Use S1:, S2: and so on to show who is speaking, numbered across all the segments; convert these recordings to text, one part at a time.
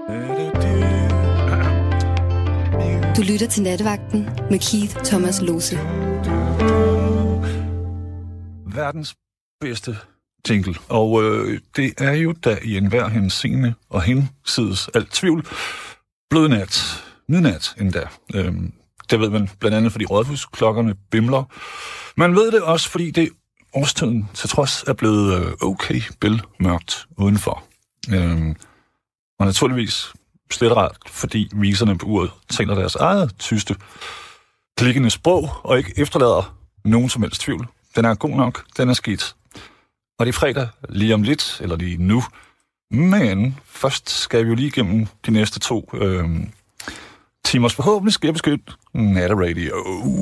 S1: Du lytter til Nattevagten med Keith Thomas Lose.
S2: Verdens bedste jingle. Og det er jo da i enhver henseende og hensides alt tvivl blød nat. Midnat endda. Det ved man blandt andet, fordi rådhusklokkerne bimler. Man ved det også, fordi det årstiden til trods er blevet okay bælmørkt udenfor. Og naturligvis slet rart, fordi viserne på uret taler deres eget tyste, klikkende sprog, og ikke efterlader nogen som helst tvivl. Den er god nok, den er skidt. Og det er fredag lige om lidt, eller lige nu. Men først skal vi jo lige igennem de næste 2 timers forhåbentlig skæbeskyld natteradio.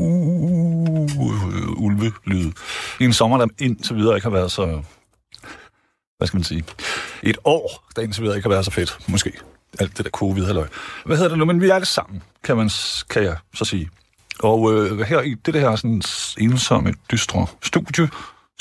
S2: Ulvelyd. I en sommer, der indtil videre ikke har været så... Hvad skal man sige? Et år, der indtil videre ikke har været så fedt. Måske. Alt det der covid-halløj. Hvad hedder det nu? Men vi er det sammen, kan jeg så sige. Og her i det her sådan ensomme, dystre studie,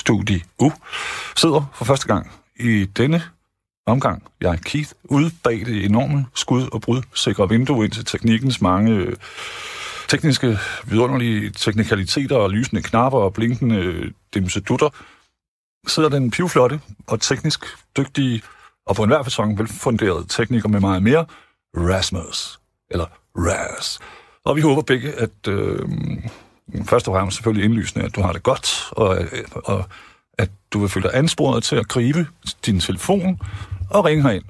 S2: sidder for første gang i denne omgang, jeg Keith, ude bag det enorme skud- og brudsikre vindue ind til teknikkens mange tekniske, vidunderlige teknikaliteter og lysende knapper og blinkende dimsedutter, sidder den pivflotte og teknisk dygtige og på enhver facon velfunderede tekniker med meget mere, Rasmus, eller Ras. Og vi håber begge, at først og fremmest selvfølgelig indlysende, at du har det godt, og at du vil føle dig ansporet til at gribe din telefon og ringe herind.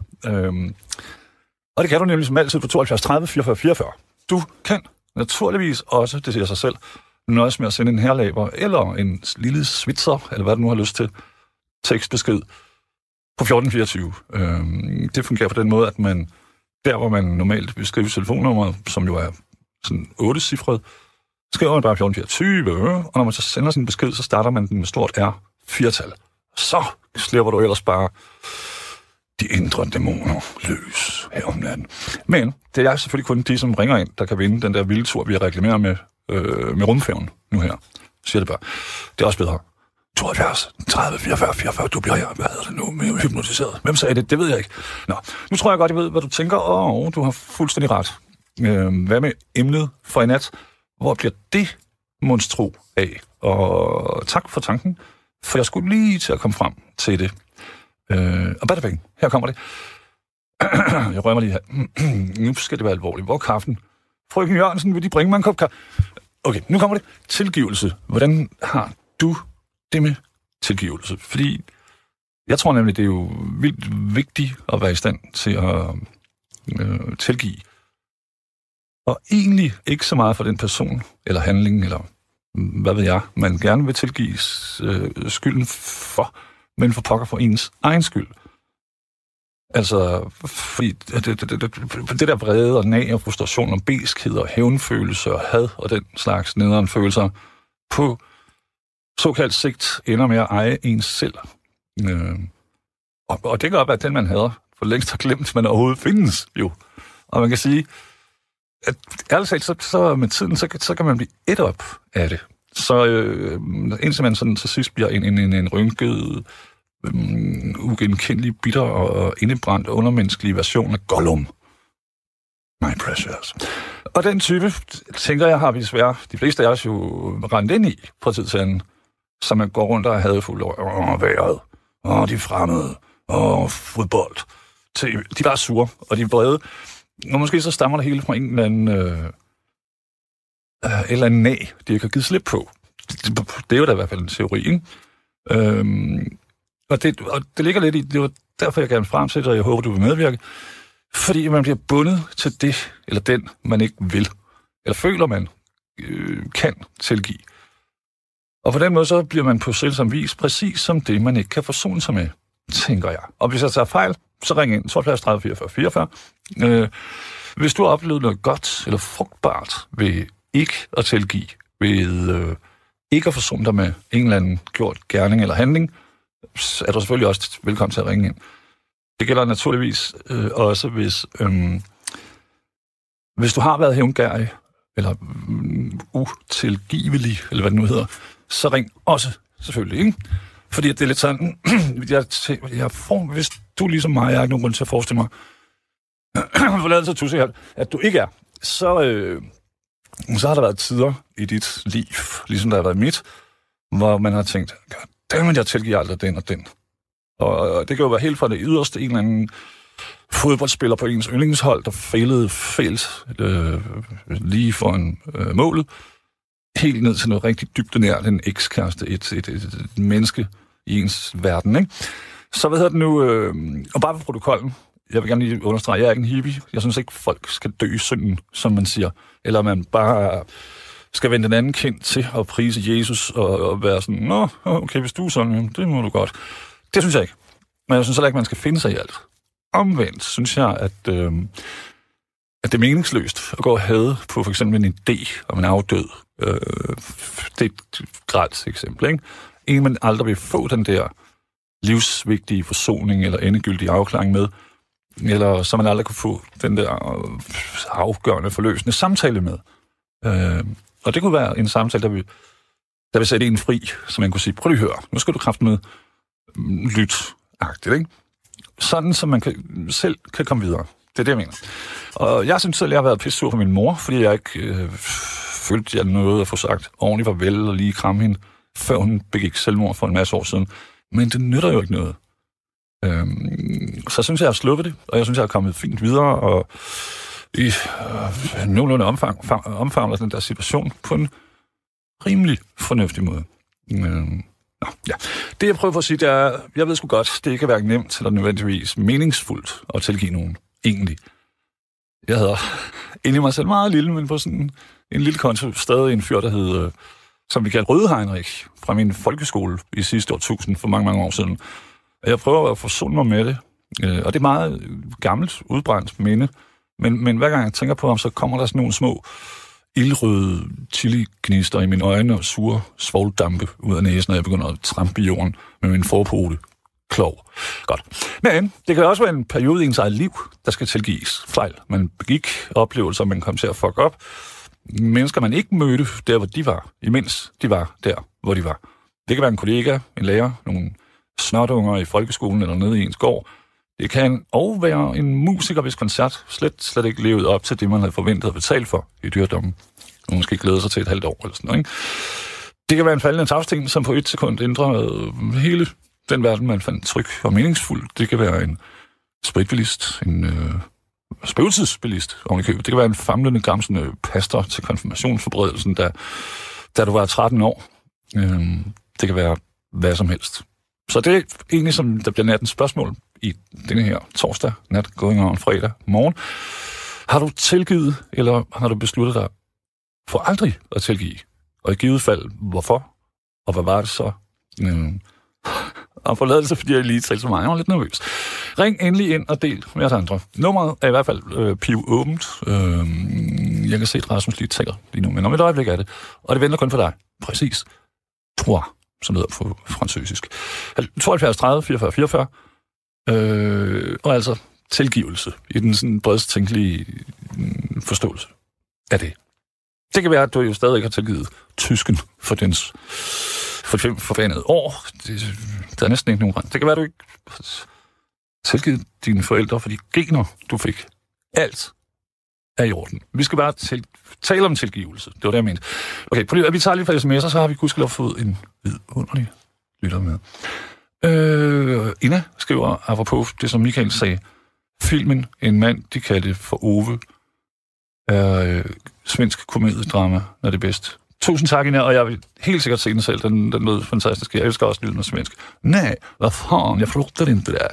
S2: Og det kan du nemlig som altid på 72 30 44 44. Du kan naturligvis også, det siger sig selv, nøjes med at sende en herlaber eller en lille svitser, eller hvad du nu har lyst til, tekstbesked på 1424. Det fungerer på den måde, at man der, hvor man normalt vil skrive telefonnummer, som jo er sådan 8-cifret, skriver man bare 1424, og når man så sender sin besked, så starter man den med stort R, 4-tal. Så slipper du ellers bare de indre dæmoner løs her om natten. Men det er selvfølgelig kun de, som ringer ind, der kan vinde den der vilde tur, vi har reklameret med rumfærgen nu her. Siger det bare. Det er også bedre. 72, 30, 44, 44, du bliver her, hvad hedder det nu, med hypnotiseret. Hvem sagde det? Det ved jeg ikke. Nå, nu tror jeg godt, jeg ved, hvad du tænker, og du har fuldstændig ret. Hvad med emnet for i nat? Hvor bliver det monstro af? Og tak for tanken, for jeg skulle lige til at komme frem til det. Og badabing, her kommer det. Jeg rører mig lige her. Nu skal det være alvorligt. Hvor er kaffen? Frøken Jørgensen, vil de bringe mig en kop kaffe? Okay, nu kommer det. Tilgivelse. Hvordan har du det med tilgivelse? Fordi jeg tror nemlig, det er jo vildt vigtigt at være i stand til at tilgive. Og egentlig ikke så meget for den person, eller handling, eller hvad ved jeg, man gerne vil tilgive skylden for, men for pokker for ens egen skyld. Altså, fordi det der vrede og nag og frustration og beskhed og hævnfølelse og had og den slags nederen følelser på såkaldt sigt ender med at eje ens selv. Og det kan godt være, at den man hader for længst har glemt, man overhovedet findes jo. Og man kan sige, at ærligt talt, så med tiden, så kan man blive et op af det. Så indtil man sådan til sidst bliver en rynket, ugenkendelig, bitter og indebrændt undermenneskelig version af Gollum. My precious. Og den type, tænker jeg, har vi desværre de fleste af os jo rendt ind i fra tid til anden, så man går rundt og er hadefuld over vejret, og de fremmede, og fodbold. De er bare sure, og de er vrede. Og måske så stammer det hele fra en eller anden nag, de ikke har givet slip på. Det er jo da i hvert fald en teori, ikke? Og det ligger lidt i, det var derfor, jeg gerne fremsætter, og jeg håber, du vil medvirke. Fordi man bliver bundet til det, eller den, man ikke vil. Eller føler, man kan tilgive. Og på den måde, så bliver man på selvsom vis præcis som det, man ikke kan forsone sig med, tænker jeg. Og hvis jeg tager fejl, så ring ind 72 30 44 44. Hvis du har oplevet noget godt eller frugtbart ved ikke at tilgive, ved ikke at forsone dig med en eller anden gjort gerning eller handling, så er du selvfølgelig også velkommen til at ringe ind. Det gælder naturligvis også, hvis du har været hævngærig, eller utilgivelig, eller hvad det nu hedder, så ring også, selvfølgelig, ikke? Fordi det er lidt sådan, jeg får, hvis du ligesom mig, jeg har ikke nogen grund til at forestille mig, forladelse til Tussi, at du ikke er, så har der været tider i dit liv, ligesom der har været mit, hvor man har tænkt, hvordan vil jeg tilgive aldrig den og den? Og det kan jo være helt fra det yderste, en eller anden fodboldspiller på ens yndlingshold, der failede lige foran målet, helt ned til noget rigtig dybt nær den ekskæreste, et menneske i ens verden, ikke? Så hvad hedder det nu, og bare for protokollen, jeg vil gerne lige understrege, jeg er ikke en hippie. Jeg synes ikke, folk skal dø i synden, som man siger. Eller man bare skal vende den anden kind til at prise Jesus og være sådan, nå, okay, hvis du er sådan, det må du godt. Det synes jeg ikke. Men jeg synes heller ikke, man skal finde sig i alt. Omvendt synes jeg, at det er meningsløst at gå og hade på for eksempel en idé om en afdød. Det er et grelt eksempel, ikke? En, man aldrig vil få den der livsvigtige forsoning eller endegyldige afklaring med, eller så man aldrig kunne få den der afgørende forløsende samtale med. Og det kunne være en samtale, der vil sætte en fri, så man kunne sige, prøv lige at høre, nu skal du kraft med lyt-agtigt, ikke? Sådan, så man selv kan komme videre. Det er det, jeg mener. Og jeg synes selv, jeg har været pissur på min mor, fordi jeg ikke følte, jeg nåede at få sagt ordentligt farvel og lige kramme hende, før hun begik selvmord for en masse år siden. Men det nytter jo ikke noget. Så synes jeg har sluppet det, og jeg synes, jeg har kommet fint videre, og i nogenlunde omfavner den der situation på en rimelig fornuftig måde. Ja. Det, jeg prøver på at sige, det er, jeg ved sgu godt, det kan være nemt eller nødvendigvis meningsfuldt at tilgive nogen, egentlig. Jeg hedder egentlig mig selv meget lille, men på sådan en lille konto stadig en fyr, der hed, som vi kaldte Røde Heinrich, fra min folkeskole i sidste årtusind, for mange, mange år siden. Jeg prøver at forsone mig med det, og det er meget gammelt, udbrændt minde, men hver gang jeg tænker på ham, så kommer der sådan nogle små ildrøde chili-gnister i mine øjne og sure svovldampe ud af næsen, når jeg begynder at trampe i jorden med min forpote klog. Godt. Men det kan også være en periode i ens eget liv, der skal tilgives fejl. Man begik oplevelser, man kom til at fuck op. Mennesker, man ikke mødte der, hvor de var, imens de var der, hvor de var. Det kan være en kollega, en lærer, nogle snotunger i folkeskolen eller nede i ens gård. Det kan også være en musiker, hvis koncert slet ikke levede op til det, man havde forventet at betale for i dyrdommen. Og måske glæde sig til et halvt år eller sådan noget, ikke? Det kan være en faldende tagsten, som på et sekund ændrer hele den verden, man fandt tryg og meningsfuld. Det kan være en spritbilist, en spøgelsesbilist ovenikøbet. Det kan være en famlende gamsende pastor til konfirmationsforberedelsen, da du var 13 år. Det kan være hvad som helst. Så det er egentlig, som der bliver nattens spørgsmål i denne her torsdag nat, going on fredag morgen. Har du tilgivet, eller har du besluttet dig for aldrig at tilgive? Og i givet fald, hvorfor? Og hvad var det så? Og forladelse, fordi jeg lige talte så meget. Jeg var lidt nervøs. Ring endelig ind og del med os andre. Nummeret er i hvert fald pivåbent. Jeg kan se, at Rasmus lige tæller lige nu, men om et øjeblik er det. Og det venter kun for dig. Præcis. Trois, som det hedder på fransysisk. 72 30 44 44. Og altså tilgivelse i den sådan bredest tænkelige forståelse af det. Det kan være, at du jo stadig ikke har tilgivet tysken for dens forbandet år. Der er næsten ikke nogen rand. Det kan være, at du ikke har tilgivet dine forældre for de gener, du fik. Alt er i orden. Vi skal bare tale om tilgivelse. Det var det, jeg mente. Okay, vi tager lige fra sms'er, så har vi gudskelov fået en vidunderlig lytter med. Ina skriver, apropos det, som Michael sagde, filmen En mand, de kaldte for Ove, er svensk komediedrama, når det er bedst. Tusind tak, Ina, og jeg vil helt sikkert se den selv. Den lød fantastisk. Jeg elsker også lyden af svensk. Nej, hvad fanden, jeg flugter ikke der.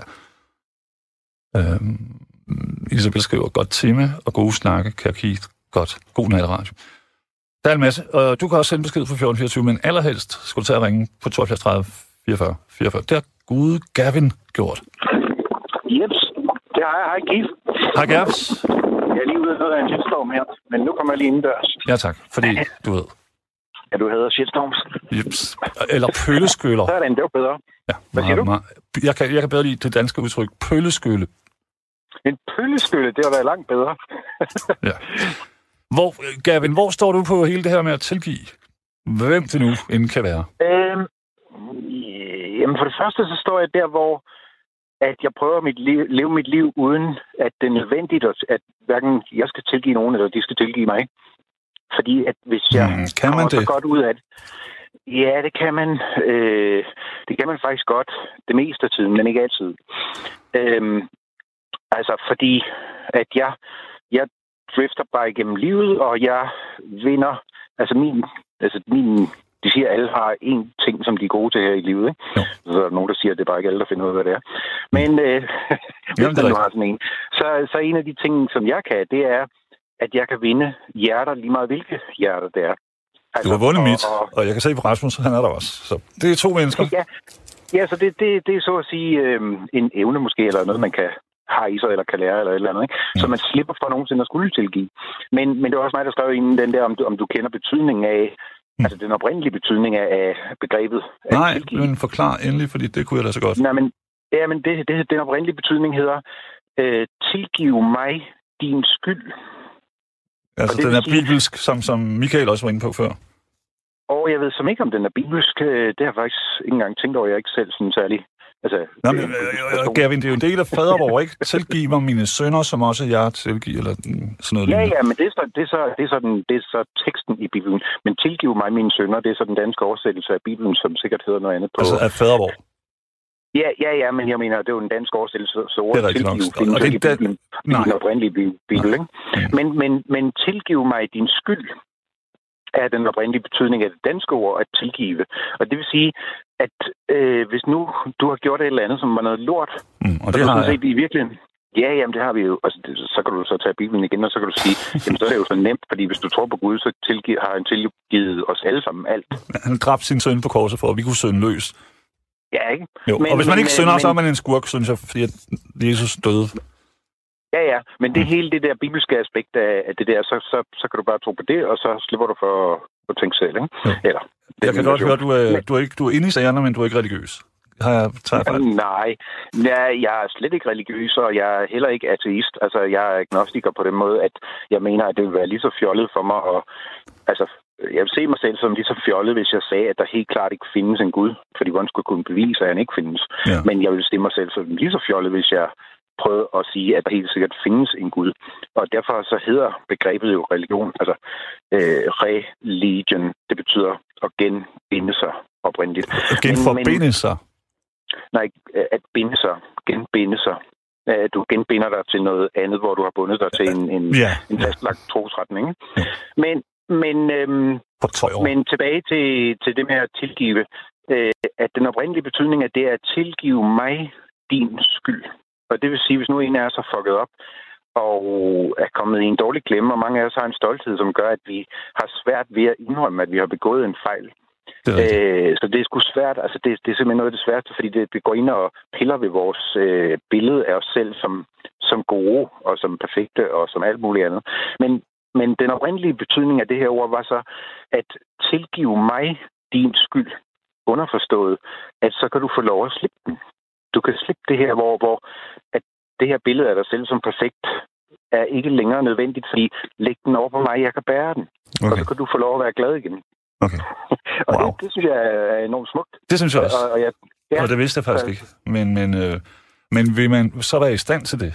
S2: Isabel skriver, godt tema og gode snakke, kan jeg give godt. God natradio. Der er en masse, og du kan også sende besked på 1424, men allerhelst skulle du tage at ringe på 72 30 44 44. Det har gode Gavin gjort.
S3: Jeps, det har jeg. Hej, Keith.
S2: Hej, Gavs.
S3: Jeg er lige ude af en shitstorm her, men nu kommer jeg lige indendørs.
S2: Ja, tak, fordi du ved.
S3: Ja, du hedder shitstorms.
S2: Jeps. Eller pølleskyller.
S3: Sådan, det var bedre.
S2: Ja,
S3: hvad siger du?
S2: Jeg kan bedre lide det danske udtryk, pølleskylle.
S3: En pølleskylle, det var da langt bedre.
S2: Ja. Gavin, hvor står du på hele det her med at tilgive? Hvem det nu end kan være?
S3: Jamen for det første, så står jeg der, hvor at jeg prøver leve mit liv, uden at det er nødvendigt, at hverken jeg skal tilgive nogen, eller de skal tilgive mig. Fordi at hvis jeg kommer så godt ud af det... Ja, det kan man. Det kan man faktisk godt det meste af tiden, men ikke altid. Fordi at jeg drifter bare igennem livet, og jeg vinder... De siger, at alle har én ting, som de er gode til her i livet. Ikke? Ja. Så er der nogen, der siger, at det er bare ikke alle, der finder ud af, hvad det er. Men hvis der nu har sådan en, så en af de ting, som jeg kan, det er, at jeg kan vinde hjerter, lige meget hvilke hjerter det er.
S2: Du har vundet mit, og jeg kan se på Rasmus, han er der også. Så det er 2 mennesker.
S3: Ja, så det er så at sige en evne måske, eller noget, man kan have i sig, eller kan lære, eller et eller andet. Ikke? Så man slipper for nogensinde at skulle tilgive. Men det var også mig, der skrev inden den der, om du kender betydningen af, altså den oprindelige betydning af begrebet.
S2: Nej, men forklar endelig, fordi det kunne jeg da så godt.
S3: Nej, men den oprindelige betydning hedder, tilgive mig din skyld.
S2: Altså den er bibelsk, som Michael også var inde på før.
S3: Og jeg ved som ikke, om den er bibelsk. Det har jeg faktisk ikke engang tænkt over, jeg ikke selv sådan særlig...
S2: Gavin, det er jo en del af fadervor, ikke? Tilgiv mig mine sønner, som også jeg tilgiver, eller sådan noget.
S3: Ja, men det er så teksten i Bibelen. Men tilgiv mig mine sønner, det er så den danske oversættelse af Bibelen, som sikkert hedder noget andet på...
S2: Altså af fadervor?
S3: Ja, men jeg mener, det er jo en dansk oversættelse, så ordet tilgiv findes ikke i Bibelen, i den oprindelige Bibel, ikke? Men tilgiv mig din skyld er den oprindelige betydning af det danske ord at tilgive. Og det vil sige, at hvis nu du har gjort et eller andet, som var noget lort,
S2: og det har jeg.
S3: I virkeligheden... Ja, jamen det har vi jo. Altså, så kan du så tage Bibelen igen, og så kan du sige, jamen så er det jo så nemt, fordi hvis du tror på Gud, så har han tilgivet os alle sammen alt.
S2: Han dræbte sin søn på korset for, at vi kunne synde løs.
S3: Ja, ikke?
S2: Og hvis man ikke synder, så er man en skurk, synes jeg, fordi Jesus døde.
S3: Ja, men det er hele det der bibelske aspekt af det der, så kan du bare tro på det, og så slipper du for at tænke selv, ikke? Ja. Eller,
S2: jeg kan godt høre, du er inde i sagerne, men du er ikke religiøs.
S3: Nej, jeg er slet ikke religiøs, og jeg er heller ikke ateist. Altså, jeg er agnostiker på den måde, at jeg mener, at det vil være lige så fjollet for mig. Og, altså, jeg vil se mig selv som lige så fjollet, hvis jeg sagde, at der helt klart ikke findes en Gud. Fordi hvordan skulle jeg kunne bevise, at han ikke findes? Ja. Men jeg vil se mig selv som lige så fjollet, hvis jeg prøvede at sige, at der helt sikkert findes en Gud. Og derfor så hedder begrebet jo religion. Altså, religion, det betyder at genbinde sig oprindeligt.
S2: Genforbinde sig?
S3: Nej, at binde sig. Genbinde sig. Du genbinder dig til noget andet, hvor du har bundet dig til en fastlagt trosretning. Men tilbage til det med at tilgive, at den oprindelige betydning af det er at tilgive mig din skyld. Og det vil sige, hvis nu en af os har fucket op og er kommet i en dårlig klemme, og mange af os har en stolthed, som gør, at vi har svært ved at indrømme, at vi har begået en fejl. Så det er sgu svært. Altså det er simpelthen noget af det sværeste, fordi det går ind og piller ved vores billede af os selv som gode og som perfekte og som alt muligt andet. Men den oprindelige betydning af det her ord var så at tilgive mig din skyld. Underforstået, at så kan du få lov at slippe den. Du kan slippe det her, hvor at det her billede af dig selv som perfekt er ikke længere nødvendigt, fordi læg den over på mig, jeg kan bære den. Okay. Og så kan du få lov at være glad igen.
S2: Okay.
S3: Og det synes jeg er enormt smukt.
S2: Det synes jeg også. Og det vidste jeg faktisk ikke. Men vil man så være i stand til det?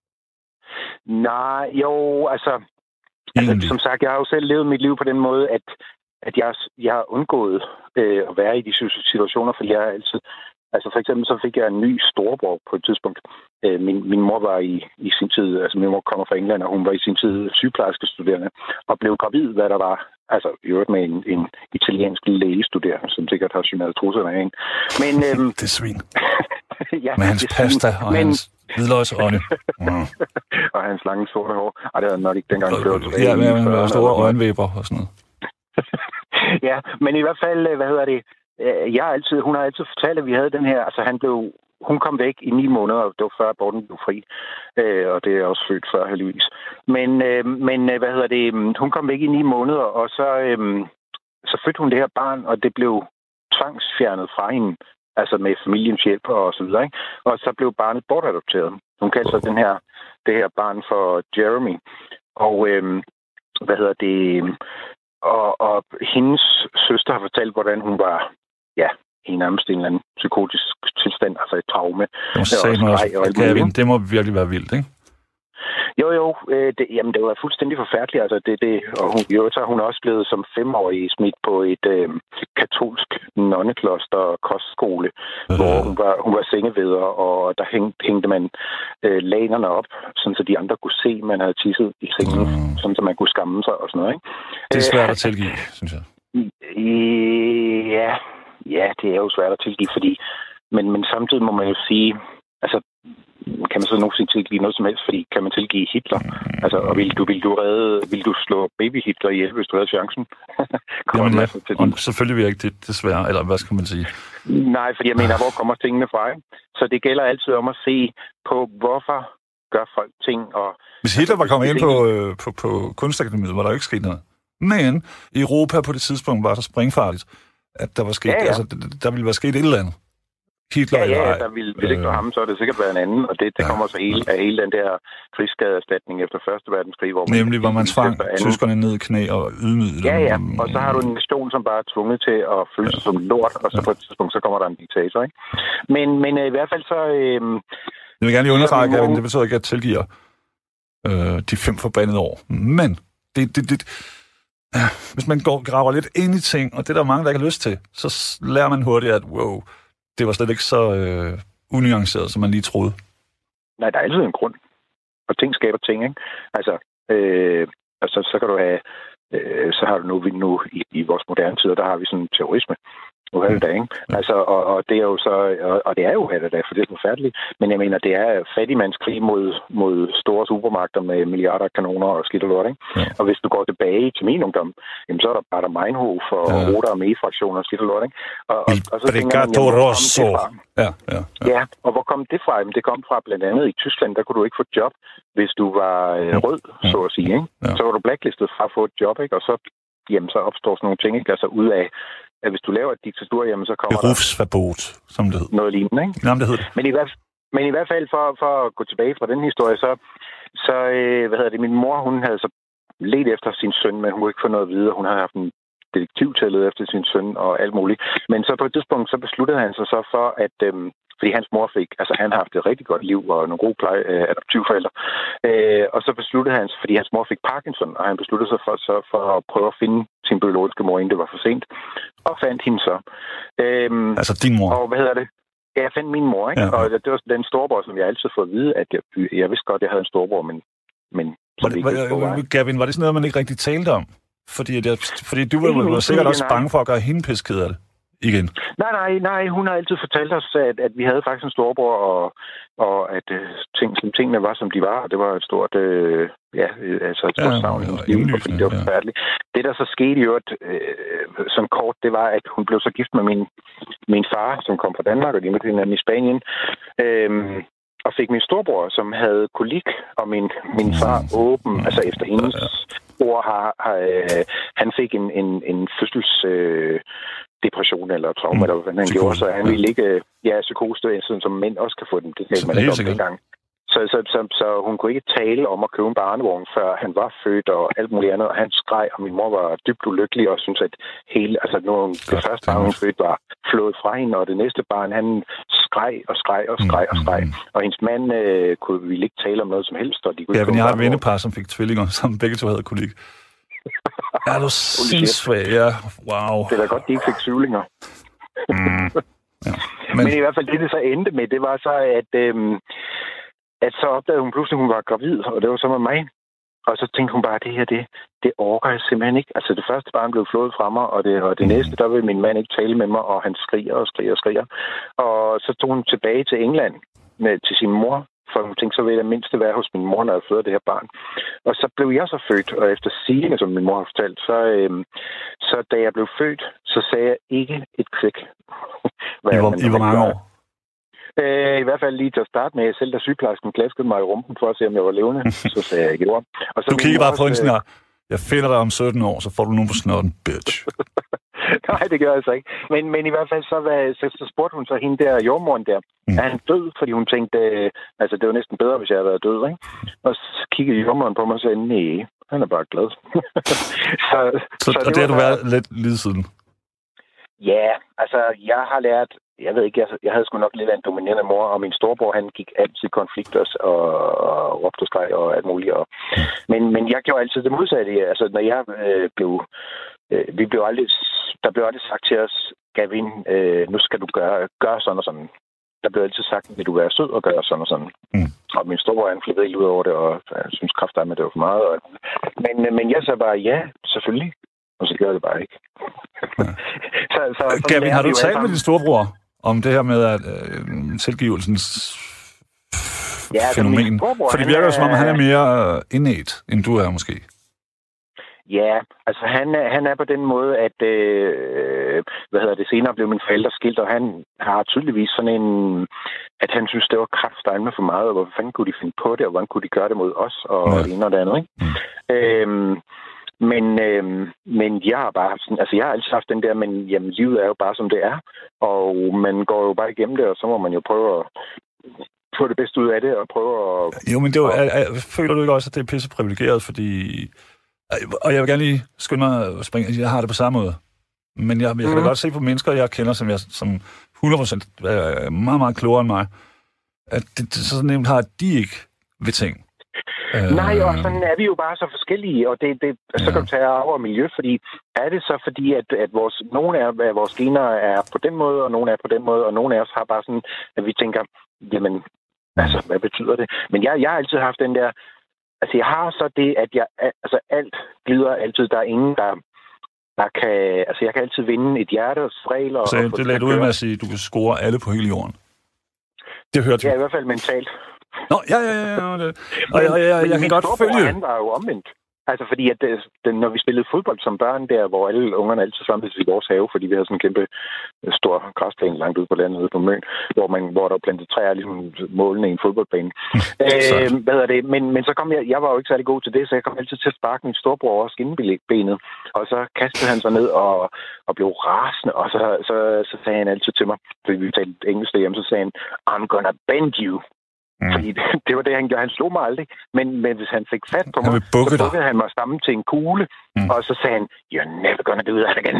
S3: Nej, jo, altså som sagt, jeg har jo selv levet mit liv på den måde, at jeg har undgået at være i de situationer, fordi jeg altid... Altså for eksempel så fik jeg en ny storebror på et tidspunkt. Min mor var i sin tid, altså min mor kommer fra England, og hun var i sin tid sygeplejerske studerende, og blev gravid, hvad der var, altså i øvrigt med en italiensk lægestuderende, som sikkert har synat trusserne af en. Men,
S2: det svin.
S3: Ja,
S2: med hans pasta og hans hvidløgsånde.
S3: Og hans lange sorte hår. Ej, det var nok ikke dengang.
S2: Ja, med store øjenvæber og sådan noget.
S3: Ja, men i hvert fald, hvad hedder det, hun har altid fortalt, at vi havde den her, altså hun kom væk i 9 måneder, og det var før aborten blev fri, og det er også født før heldigvis. Men hvad hedder det, hun kom væk i 9 måneder, og så fødte hun det her barn, og det blev tvangsfjernet fra hende, altså med familiens hjælp og så videre, ikke? Og så blev barnet bortadopteret. Hun kaldte så det her barn for Jeremy. Og hvad hedder det, og hendes søster har fortalt, hvordan hun var nærmest en eller anden psykotisk tilstand, altså et traume.
S2: Det må virkelig være vildt, ikke?
S3: Jo, det var fuldstændig forfærdeligt. Altså, og hun er også blevet som 5-årig smidt på et katolsk nonnekloster og kostskole, hvor hun var sengeveder, og der hængte man lanerne op, sådan så de andre kunne se, at man havde tisset i sengen, sådan så man kunne skamme sig og sådan noget, ikke?
S2: Det er svært at tilgive, synes jeg.
S3: Ja, det er jo svært at tilgive, fordi men samtidig må man jo sige, altså kan man så nogensinde tilgive noget som helst, fordi kan man tilgive Hitler? Altså, og vil du slå baby Hitler ihjel, hvis du havde chancen?
S2: Selvfølgelig vil jeg ikke det, desværre, eller hvad skal man sige?
S3: Nej, fordi jeg mener, hvor kommer tingene fra? Så det gælder altid om at se på, hvorfor gør folk ting. Og
S2: hvis Hitler var kommet ind på Kunstakademiet, var der jo ikke sket noget. Men i Europa på det tidspunkt var det springfarligt, at der var sket, altså der ville være sket et eller andet. Hitler
S3: der ville ikke være ham, så er det sikkert være en anden, og det kommer så af hele den der krigsskadeerstatning efter 1. verdenskrig,
S2: hvor man tvang tyskerne ned i knæ og ydmygede dem.
S3: Ja, og så har du en nation, som bare er tvunget til at føle sig som lort, og så på et tidspunkt, så kommer der en diktator, ikke? Men i hvert fald så...
S2: jeg vil gerne lige understrege, Gavin, det betyder ikke, at jeg tilgiver de 5 forbandede år. Men hvis man graver lidt ind i ting, og det er der mange, der ikke har lyst til, så lærer man hurtigt, at det var slet ikke så unuanceret, som man lige troede. Nej, der er altid en grund. Og ting skaber ting, ikke? Altså, så kan du have... så har du nu i vores moderne tider, der har vi sådan terrorisme. Ikke? Altså, og det er jo så... Og det er jo halvdag, for det er forfærdeligt. Men jeg mener, det er fattigmandskrig mod store supermarkeder med milliarder af kanoner og skidt og lort, ikke? Ja. Og hvis du går tilbage til min ungdom, jamen, så er der Meinhof og Roter og Armee-fraktioner og skidt og lort, ikke? Og så tænker man, ja, og hvor kom det fra? Jamen, det kom fra blandt andet i Tyskland, der kunne du ikke få job, hvis du var rød, så at sige, ikke? Ja. Så var du blacklistet fra at få et job, ikke? Og så opstår sådan nogle ting, ikke? Altså ud af at hvis du laver et diktatur, jamen så kommer Berufsverbot, som det hedder.
S3: Noget lignende, ikke?
S2: Jamen, det hedder det.
S3: Men i hvert fald for at gå tilbage fra den historie, så min mor, hun havde så ledt efter sin søn, men hun kunne ikke få noget videre. Hun havde haft en detektiv til at lede efter sin søn og alt muligt. Men så på et tidspunkt, så besluttede han sig så for, at fordi hans mor han har haft et rigtig godt liv og nogle gode adoptivforældre. Og så besluttede han, fordi hans mor fik Parkinson, og han besluttede sig for at prøve at finde sin biologiske mor, inden det var for sent. Og fandt hende så.
S2: Altså din mor?
S3: Og hvad hedder det? Ja, jeg fandt min mor, ikke? Ja. Og det var den storebror, som jeg altid fået at vide, at jeg vidste godt, at jeg havde en storebror, men
S2: Gavin, var det sådan noget, man ikke rigtig talte om? Fordi du var sikkert også bange for at gøre hende pisked af det igen.
S3: Nej, hun har altid fortalt os, at vi havde faktisk en storebror, og at tingene var, som de var. Det var et stort, et stort savn i hendes liv, fordi det var forfærdeligt. Det, der så skete jo, som kort, det var, at hun blev så gift med min far, som kom fra Danmark, og de mødte hinanden i Spanien. Og fik min storbror, som havde kolik, og min far åben, altså efter hendes ord, han fik en fødsels depression eller trauma, eller hvad han gjorde, så han ville ikke psykose, sådan som mænd også kan få den. Det talte man ikke om dengang. Så hun kunne ikke tale om at købe en barnevogn, før han var født og alt muligt andet, og han skreg, og min mor var dybt ulykkelig og synes, at det første barn, hun fødte, var flået fra hende, og det næste barn, han skreg. Og hendes mand ville ikke tale om noget som helst. Og de kunne
S2: jeg har et vennepar, som fik tvillinger, som begge to havde kolik. Er du sindssyg? Ja, wow.
S3: Det er da godt, de ikke fik syvlinger.
S2: Ja.
S3: Men i hvert fald det så endte med, det var så, at så opdagede hun pludselig, at hun var gravid, og det var så med mig. Og så tænkte hun bare, at det her, det orker jeg simpelthen ikke. Altså det første barn blev flået fra mig, og det næste, der ville min mand ikke tale med mig, og han skriger. Og så tog hun tilbage til England til sin mor, for hun tænkte, så vil jeg mindst være hos min mor, når jeg føder det her barn. Og så blev jeg så født, og efter sigende, som min mor har fortalt, så da jeg blev født, så sagde jeg ikke et kvik.
S2: I hvor mange år?
S3: I hvert fald lige til at starte med, selv da sygeplejersken klaskede mig i rumpen for at se, om jeg var levende, så sagde jeg ikke et ord. Og så
S2: du kigger bare på hende sådan her, jeg finder dig om 17 år, så får du nogen på snotten, bitch.
S3: Nej, det gør jeg så ikke. Men i hvert fald så spurgte hun så hende der, jordmoren der, er han død? Fordi hun tænkte, altså det var næsten bedre, hvis jeg havde været død, ikke? Og så kiggede jordmoren på mig og sagde, nej, han er bare glad.
S2: så og det har du været lidt lige siden?
S3: Ja, altså, jeg har lært... Jeg ved ikke, jeg havde sgu nok lidt af en dominerende mor, og min storebror, han gik altid konflikter og råbte og skreg og alt muligt. Men jeg gjorde altid det modsatte. Altså, når jeg der blev aldrig sagt til os, Gavin, nu skal du gøre sådan og sådan. Der blev altid sagt, vil du være sød og gøre sådan og sådan. Mm. Og min storebror, han flippede helt ud over det, og jeg synes kraftedeme, at det var for meget. Men jeg sagde bare, ja, selvfølgelig. Og så gjorde det bare ikke. så
S2: Gavin, har du talt med din storebror om det her med at tilgivelsens fænomen? For det virker som om, han er mere innate, end du er måske.
S3: Ja, altså han er på den måde, at senere blev min forældre skilt, og han har tydeligvis sådan en, at han synes, det var kraftedeme for meget, og hvor fanden kunne de finde på det, og hvordan kunne de gøre det mod os, og det ene og det andet, ikke? Mm. Men jeg har bare sådan, altså jeg har altid haft den der, men jamen, livet er jo bare som det er, og man går jo bare igennem det, og så må man jo prøve at få det bedste ud af det, og prøve at...
S2: Jo, men det føler du ikke også, at det er pisse privilegeret, fordi... Og jeg vil gerne lige skynde mig at springe, jeg har det på samme måde. Men jeg kan da godt se på mennesker, jeg kender, som 100% er meget, meget klogere end mig, at det så nemt har de ikke ved ting.
S3: Nej, og sådan er vi jo bare så forskellige, og så kan du tage over miljø, fordi er det så fordi, at nogle af vores gener er på den måde, og nogle er på den måde, og nogle af os har bare sådan, at vi tænker, jamen, altså, hvad betyder det? Men jeg har altid haft den der, altså jeg har så det, at alt glider altid, der er ingen, der kan, altså jeg kan altid vinde et hjerte og regler.
S2: Så det lagde du ud med at sige, at du kan score alle på hele jorden. Det hørte du.
S3: Ja, i hvert fald mentalt.
S2: Nå, ja. Og jeg kan godt følge.
S3: Han var jo omvendt. Altså fordi, at når vi spillede fodbold som børn der, hvor alle ungerne altid samledes i vores have, fordi vi havde sådan en kæmpe stor græsplæne langt ude på landet ude på Møn, hvor der var plantet træer ligesom målene i en fodboldbane. Men så kom jeg var jo ikke særlig god til det, så jeg kom altid til at sparke min storebror over skinnebenet, og så kastede han sig ned og blev rasende, og så sagde han altid til mig, fordi vi talte engelsk derhjemme, så sagde han, I'm gonna bend you. Fordi det var det, han gjorde. Han slog mig aldrig. Men hvis han fik fat på mig, så bukkede han mig sammen til en kugle, og så sagde han, you're never gonna do that again.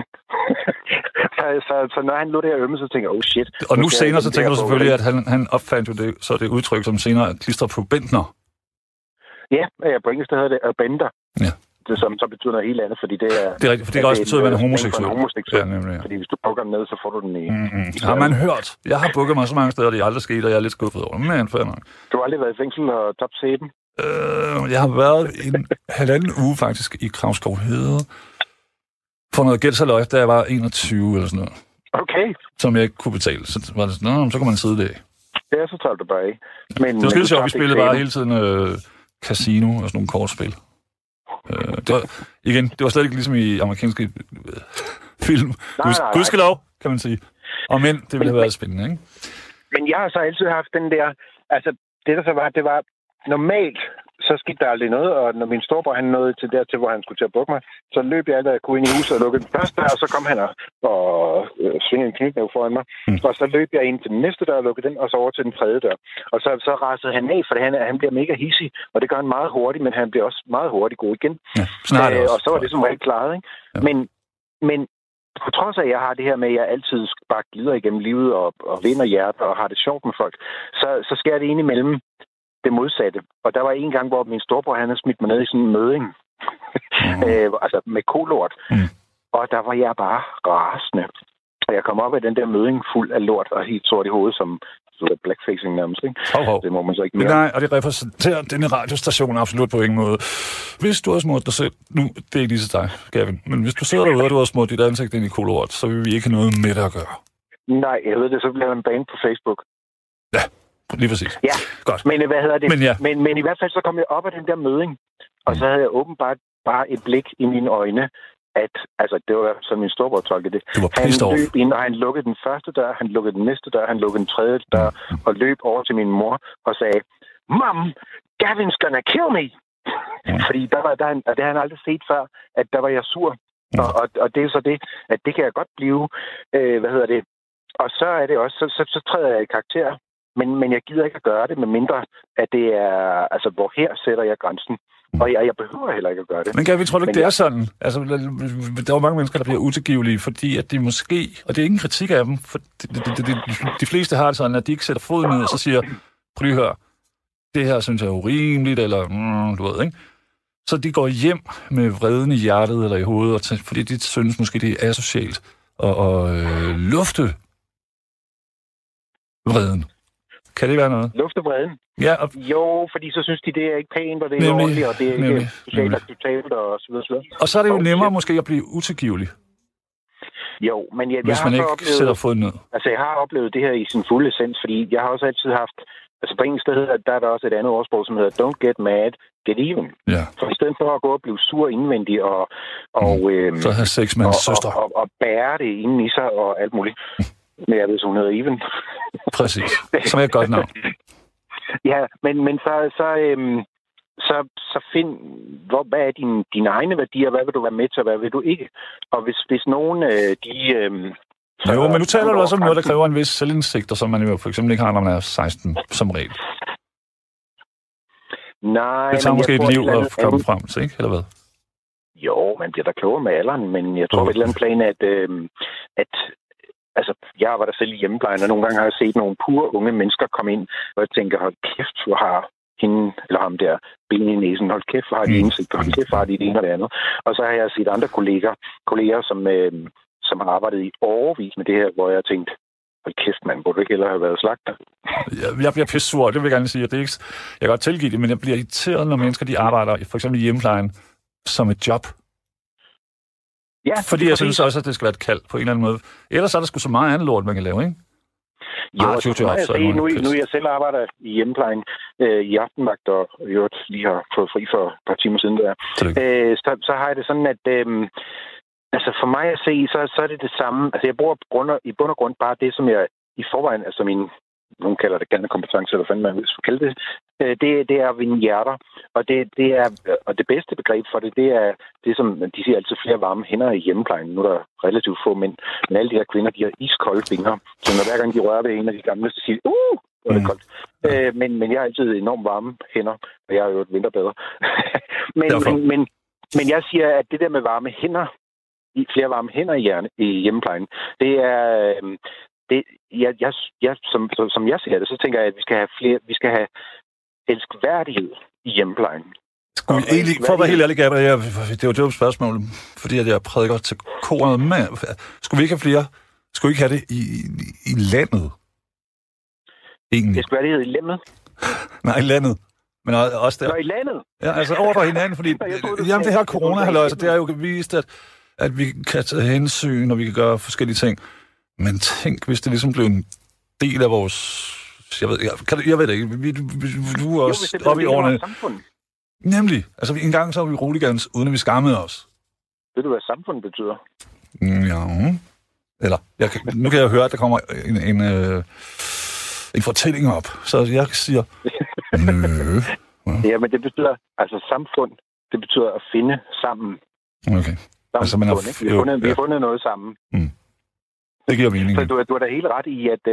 S3: så når han lå der ømme, så tænkte jeg, oh shit.
S2: Og nu senere, så tænker du selvfølgelig, at han opfandt jo det, så det udtryk, som senere klistrer på Bentner.
S3: Ja, på engelsk hedder det Bender. Ja. Det, som så betyder noget helt andet, fordi det er...
S2: Det er rigtigt, for det kan også betyde, at man er homoseksuel.
S3: Ja, nemlig, ja. Fordi hvis du bukker den ned, så får du den i...
S2: Har man hørt? Jeg har bukket mig så mange steder, det er aldrig sket, og jeg er lidt skuffet over. Men fair nok.
S3: Du har aldrig været i fængsel og tabt sæben?
S2: Jeg har været en halvanden uge faktisk i Kravskov Hede for noget gældsaløj, da jeg var 21 eller sådan noget.
S3: Okay.
S2: Som jeg ikke kunne betale. Så var det sådan, så kunne man sidde der.
S3: Ja, så tager du bare ikke. Men,
S2: det var skide sjovt, vi spillede bare hele tiden casino og sådan nogle kortspil. Det var slet ikke ligesom i amerikanske film. Gudskelov, kan man sige. Og men det ville have været spændende, ikke?
S3: Men jeg har så altid haft den der... Altså, det der så var, det var normalt, så skete der aldrig noget, og når min storebror han nåede til dertil, hvor han skulle til at bukke mig, så løb jeg alt, jeg kunne ind i huset og lukkede den første dør, og så kom han og svingede en knytnæve foran mig. Og så løb jeg ind til den næste dør og lukkede den, og så over til den tredje dør. Og så rasede han af, for han bliver mega hissig, og det gør han meget hurtigt, men han bliver også meget hurtigt god igen.
S2: Ja,
S3: og så var det som rigtig klaret, ikke? Ja. Men på trods af, at jeg har det her med, at jeg altid bare glider igennem livet og vinder hjerter og har det sjovt med folk, så sker det indimellem det modsatte. Og der var en gang, hvor min storebror, han havde smidt mig ned i sådan en møding. Altså med kolort. Og der var jeg bare rasende. Og jeg kom op af den der møding fuld af lort og helt sort i hovedet, som blackfacing nærmest, ikke? Det må man så ikke mere.
S2: Nej, og det repræsenterer denne radiostation absolut på ingen måde. Hvis du har smurt dig selv... Nu, det er ikke lige til dig, Gavin. Men hvis du sidder derude, og du har smurt dit ansigt ind i kolort, så vil vi ikke have noget med det at gøre.
S3: Nej, jeg ved det. Så bliver der en bane på Facebook.
S2: Ja. Lige præcis.
S3: Ja,
S2: godt.
S3: Men hvad hedder det?
S2: Men
S3: i hvert fald så kom jeg op af den der møding, og så havde jeg åbenbart bare et blik i mine øjne, at, altså det var som min storebror tolkede det. Han løb ind, og han lukkede den første dør, han lukkede den næste dør, han lukkede den tredje dør, og løb over til min mor og sagde, Mom, Gavin's gonna kill me! Fordi det har han aldrig set før, at der var jeg sur. Og det er så det, at det kan jeg godt blive, Og så er det også, så træder jeg i karakter. Men jeg gider ikke at gøre det, med mindre at det er... Altså, hvor her sætter jeg grænsen. Og jeg behøver heller ikke at gøre det.
S2: Men Gavin, tror du ikke, det er sådan? Altså, der er jo mange mennesker, der bliver utilgivelige, fordi at de måske... Og det er ingen kritik af dem, for de fleste har det sådan, at de ikke sætter foden ned og så siger, prøv lige at høre, det her synes jeg er urimeligt, eller du ved, ikke? Så de går hjem med vreden i hjertet eller i hovedet, fordi de synes måske, det er asocialt at lufte vreden. Kan det være noget?
S3: Lufte vreden?
S2: Ja.
S3: Jo, fordi så synes de, det er ikke pænt, og det er ordentligt, og det er ikke socialt acceptabelt, og så videre.
S2: Og så er det jo nemmere måske at blive utilgivelig.
S3: Jo, men jeg
S2: hvis man
S3: har
S2: ikke
S3: oplevet,
S2: sætter foden ned.
S3: Altså, jeg har oplevet det her i sin fulde essens, fordi jeg har også altid haft... Altså, på engelsk, der er der også et andet ordsprog, som hedder don't get mad, get even.
S2: Ja.
S3: For i stedet for at gå og blive sur indvendig og
S2: så have sex med en søster.
S3: Og bære det inden i sig og alt muligt. Men jeg ved, så hun hedder Even.
S2: Præcis. Som er et godt navn.
S3: Ja, men så find, hvad er dine egne værdier, hvad vil du være med til, og hvad vil du ikke? Og hvis nogen,
S2: jo, men nu taler du også om noget, der kræver en vis selvindsigt, og som man jo for eksempel ikke har, når man er 16, som regel.
S3: Nej,
S2: det tager måske et liv at komme frem til, ikke? Eller hvad?
S3: Jo, man bliver da klogere med alderen, men jeg tror på et eller andet plan, at altså, jeg arbejder selv i hjemmeplejen, og nogle gange har jeg set nogle pure unge mennesker komme ind, og jeg tænker, hold kæft, hvor har hende, eller ham der, ben i næsen, hold kæft, hvor har de indsigt, hold kæft, hvor har de det ene og det andet. Og så har jeg set andre kolleger som har arbejdet i årevis med det her, hvor jeg har tænkt, hold kæft, man, burde du ikke hellere have været slagter?
S2: Jeg bliver pissur, det vil jeg gerne sige. Det er ikke, jeg kan godt tilgive det, men jeg bliver irriteret, når mennesker de arbejder, for eksempel i hjemmeplejen, som et job.
S3: Ja,
S2: fordi jeg synes også, at det skal være et kald på en eller anden måde. Ellers er der sgu så meget andet lort, man kan lave, ikke?
S3: Jo, nu jeg selv arbejder i hjemmeplejen i aftenvagt, og jeg lige har fået fri for et par timer siden der. Så har jeg det sådan, at altså for mig at se, så er det samme. Altså jeg bruger i bund og grund bare det, som jeg i forvejen, altså nogen kalder det kernekompetence, eller hvad man vil kalde det, det er at vinde hjerter. Og det bedste begreb for det er det, som de siger altid flere varme hænder i hjemmeplejen. Nu er der relativt få mænd, men alle de her kvinder, de har iskolde fingre. Så når hver gang de rører ved en af de gamle, så siger de, hvor er det koldt. Men jeg har altid enormt varme hænder, og jeg er jo et vinterbadder. men jeg siger, at det der med varme hænder, flere varme hænder i hjemmeplejen, det er... som jeg ser det, så tænker jeg, at vi skal have elskværdighed i hjemmeplejen.
S2: For at være helt ærlig, Gabriel, det er jo et dumt spørgsmål, fordi at jeg prædiker til koret med. Skulle vi ikke have flere? Skulle vi ikke have det i landet? Egentlig.
S3: Elskværdighed i landet?
S2: Nej, i landet. Men også der.
S3: Nå, i landet?
S2: Ja, altså over for hinanden, fordi jamen, det her corona-halløj, det er jo vist, at vi kan tage hensyn, og vi kan gøre forskellige ting. Men tænk, hvis det ligesom blev en del af vores... Jeg ved det ikke. Du er også oppe i årene. Nemlig. Altså, en gang så var vi roligans, uden at vi skammede os.
S3: Ved du, hvad samfund betyder?
S2: Ja. Eller, nu kan jeg høre, at der kommer en fortælling op. Så jeg siger... Nø.
S3: Ja, men det betyder... Altså, samfund, det betyder at finde sammen.
S2: Okay. Altså, man
S3: vi har fundet noget sammen.
S2: Mm. Det giver mening.
S3: Så du er da helt ret i, at...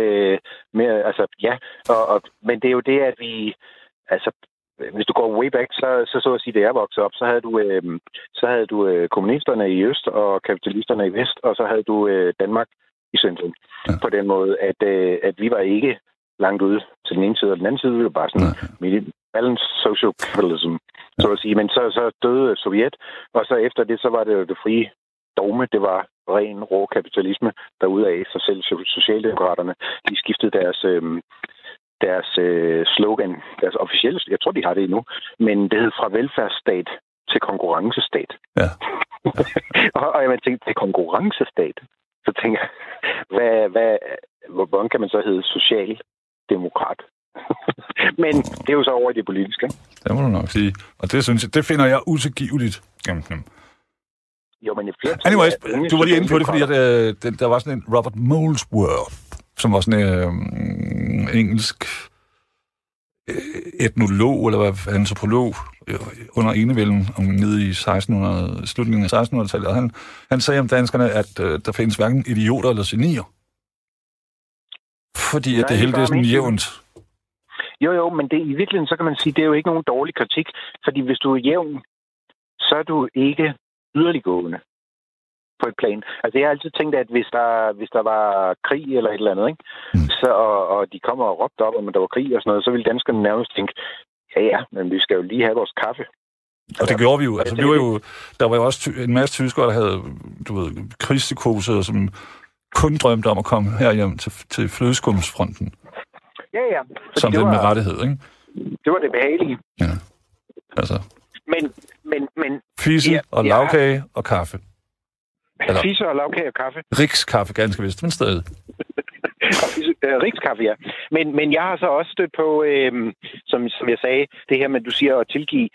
S3: men det er jo det, at vi... Altså, hvis du går way back, så at sige, da jeg voksede op, så havde du kommunisterne i øst og kapitalisterne i vest, og så havde du Danmark i centrum. Ja. På den måde, at vi var ikke langt ude til den ene side og den anden side. Vi var bare sådan balance social capitalism, så at sige. Men så døde Sovjet, og så efter det, så var det jo det frie dogme. Det var ren, rå kapitalisme derudaf. Så selv Socialdemokraterne, de skiftede deres slogan, deres officielle, jeg tror, de har det endnu, men det hed fra velfærdsstat til konkurrencestat.
S2: Ja.
S3: og jeg tænkte, til konkurrencestat, så tænker jeg, hvordan kan man så hedde socialdemokrat? Men det er jo så over i det politiske.
S2: Det må du nok sige. Og det synes jeg, det finder jeg utilgiveligt.
S3: Jo, men
S2: anyways, du var lige inde på det, fordi at, der var sådan en Robert Molesworth, som var sådan en engelsk etnolog, eller hvad, antropolog, under enevælden, nede i slutningen af 1600-tallet. Og han sagde om danskerne, at der findes hverken idioter eller genier. Fordi at det hele det er sådan jævnt.
S3: Jo, men det, i virkeligheden, så kan man sige, det er jo ikke nogen dårlig kritik, fordi hvis du er jævn, så er du ikke yderliggående på et plan. Altså, jeg har altid tænkt, at hvis der var krig eller et eller andet, ikke? Så, og de kommer og råbte op, om der var krig og sådan noget, så ville danskerne nærmest tænke, ja, men vi skal jo lige have vores kaffe.
S2: Og det gjorde vi jo. Altså, der var jo også en masse tyskere, der havde, krigspsykose, som kun drømte om at komme herhjem til flødeskumsfronten.
S3: Ja.
S2: Som det med rettighed, ikke?
S3: Det var det behagelige.
S2: Ja, altså.
S3: Men
S2: fisse og lavkage og kaffe.
S3: Fisse og lavkage og kaffe.
S2: Rikskaffe, ganske vist, men stadig.
S3: Rikskaffe, ja. Men jeg har så også stødt på, som jeg sagde, det her med, du siger at tilgive.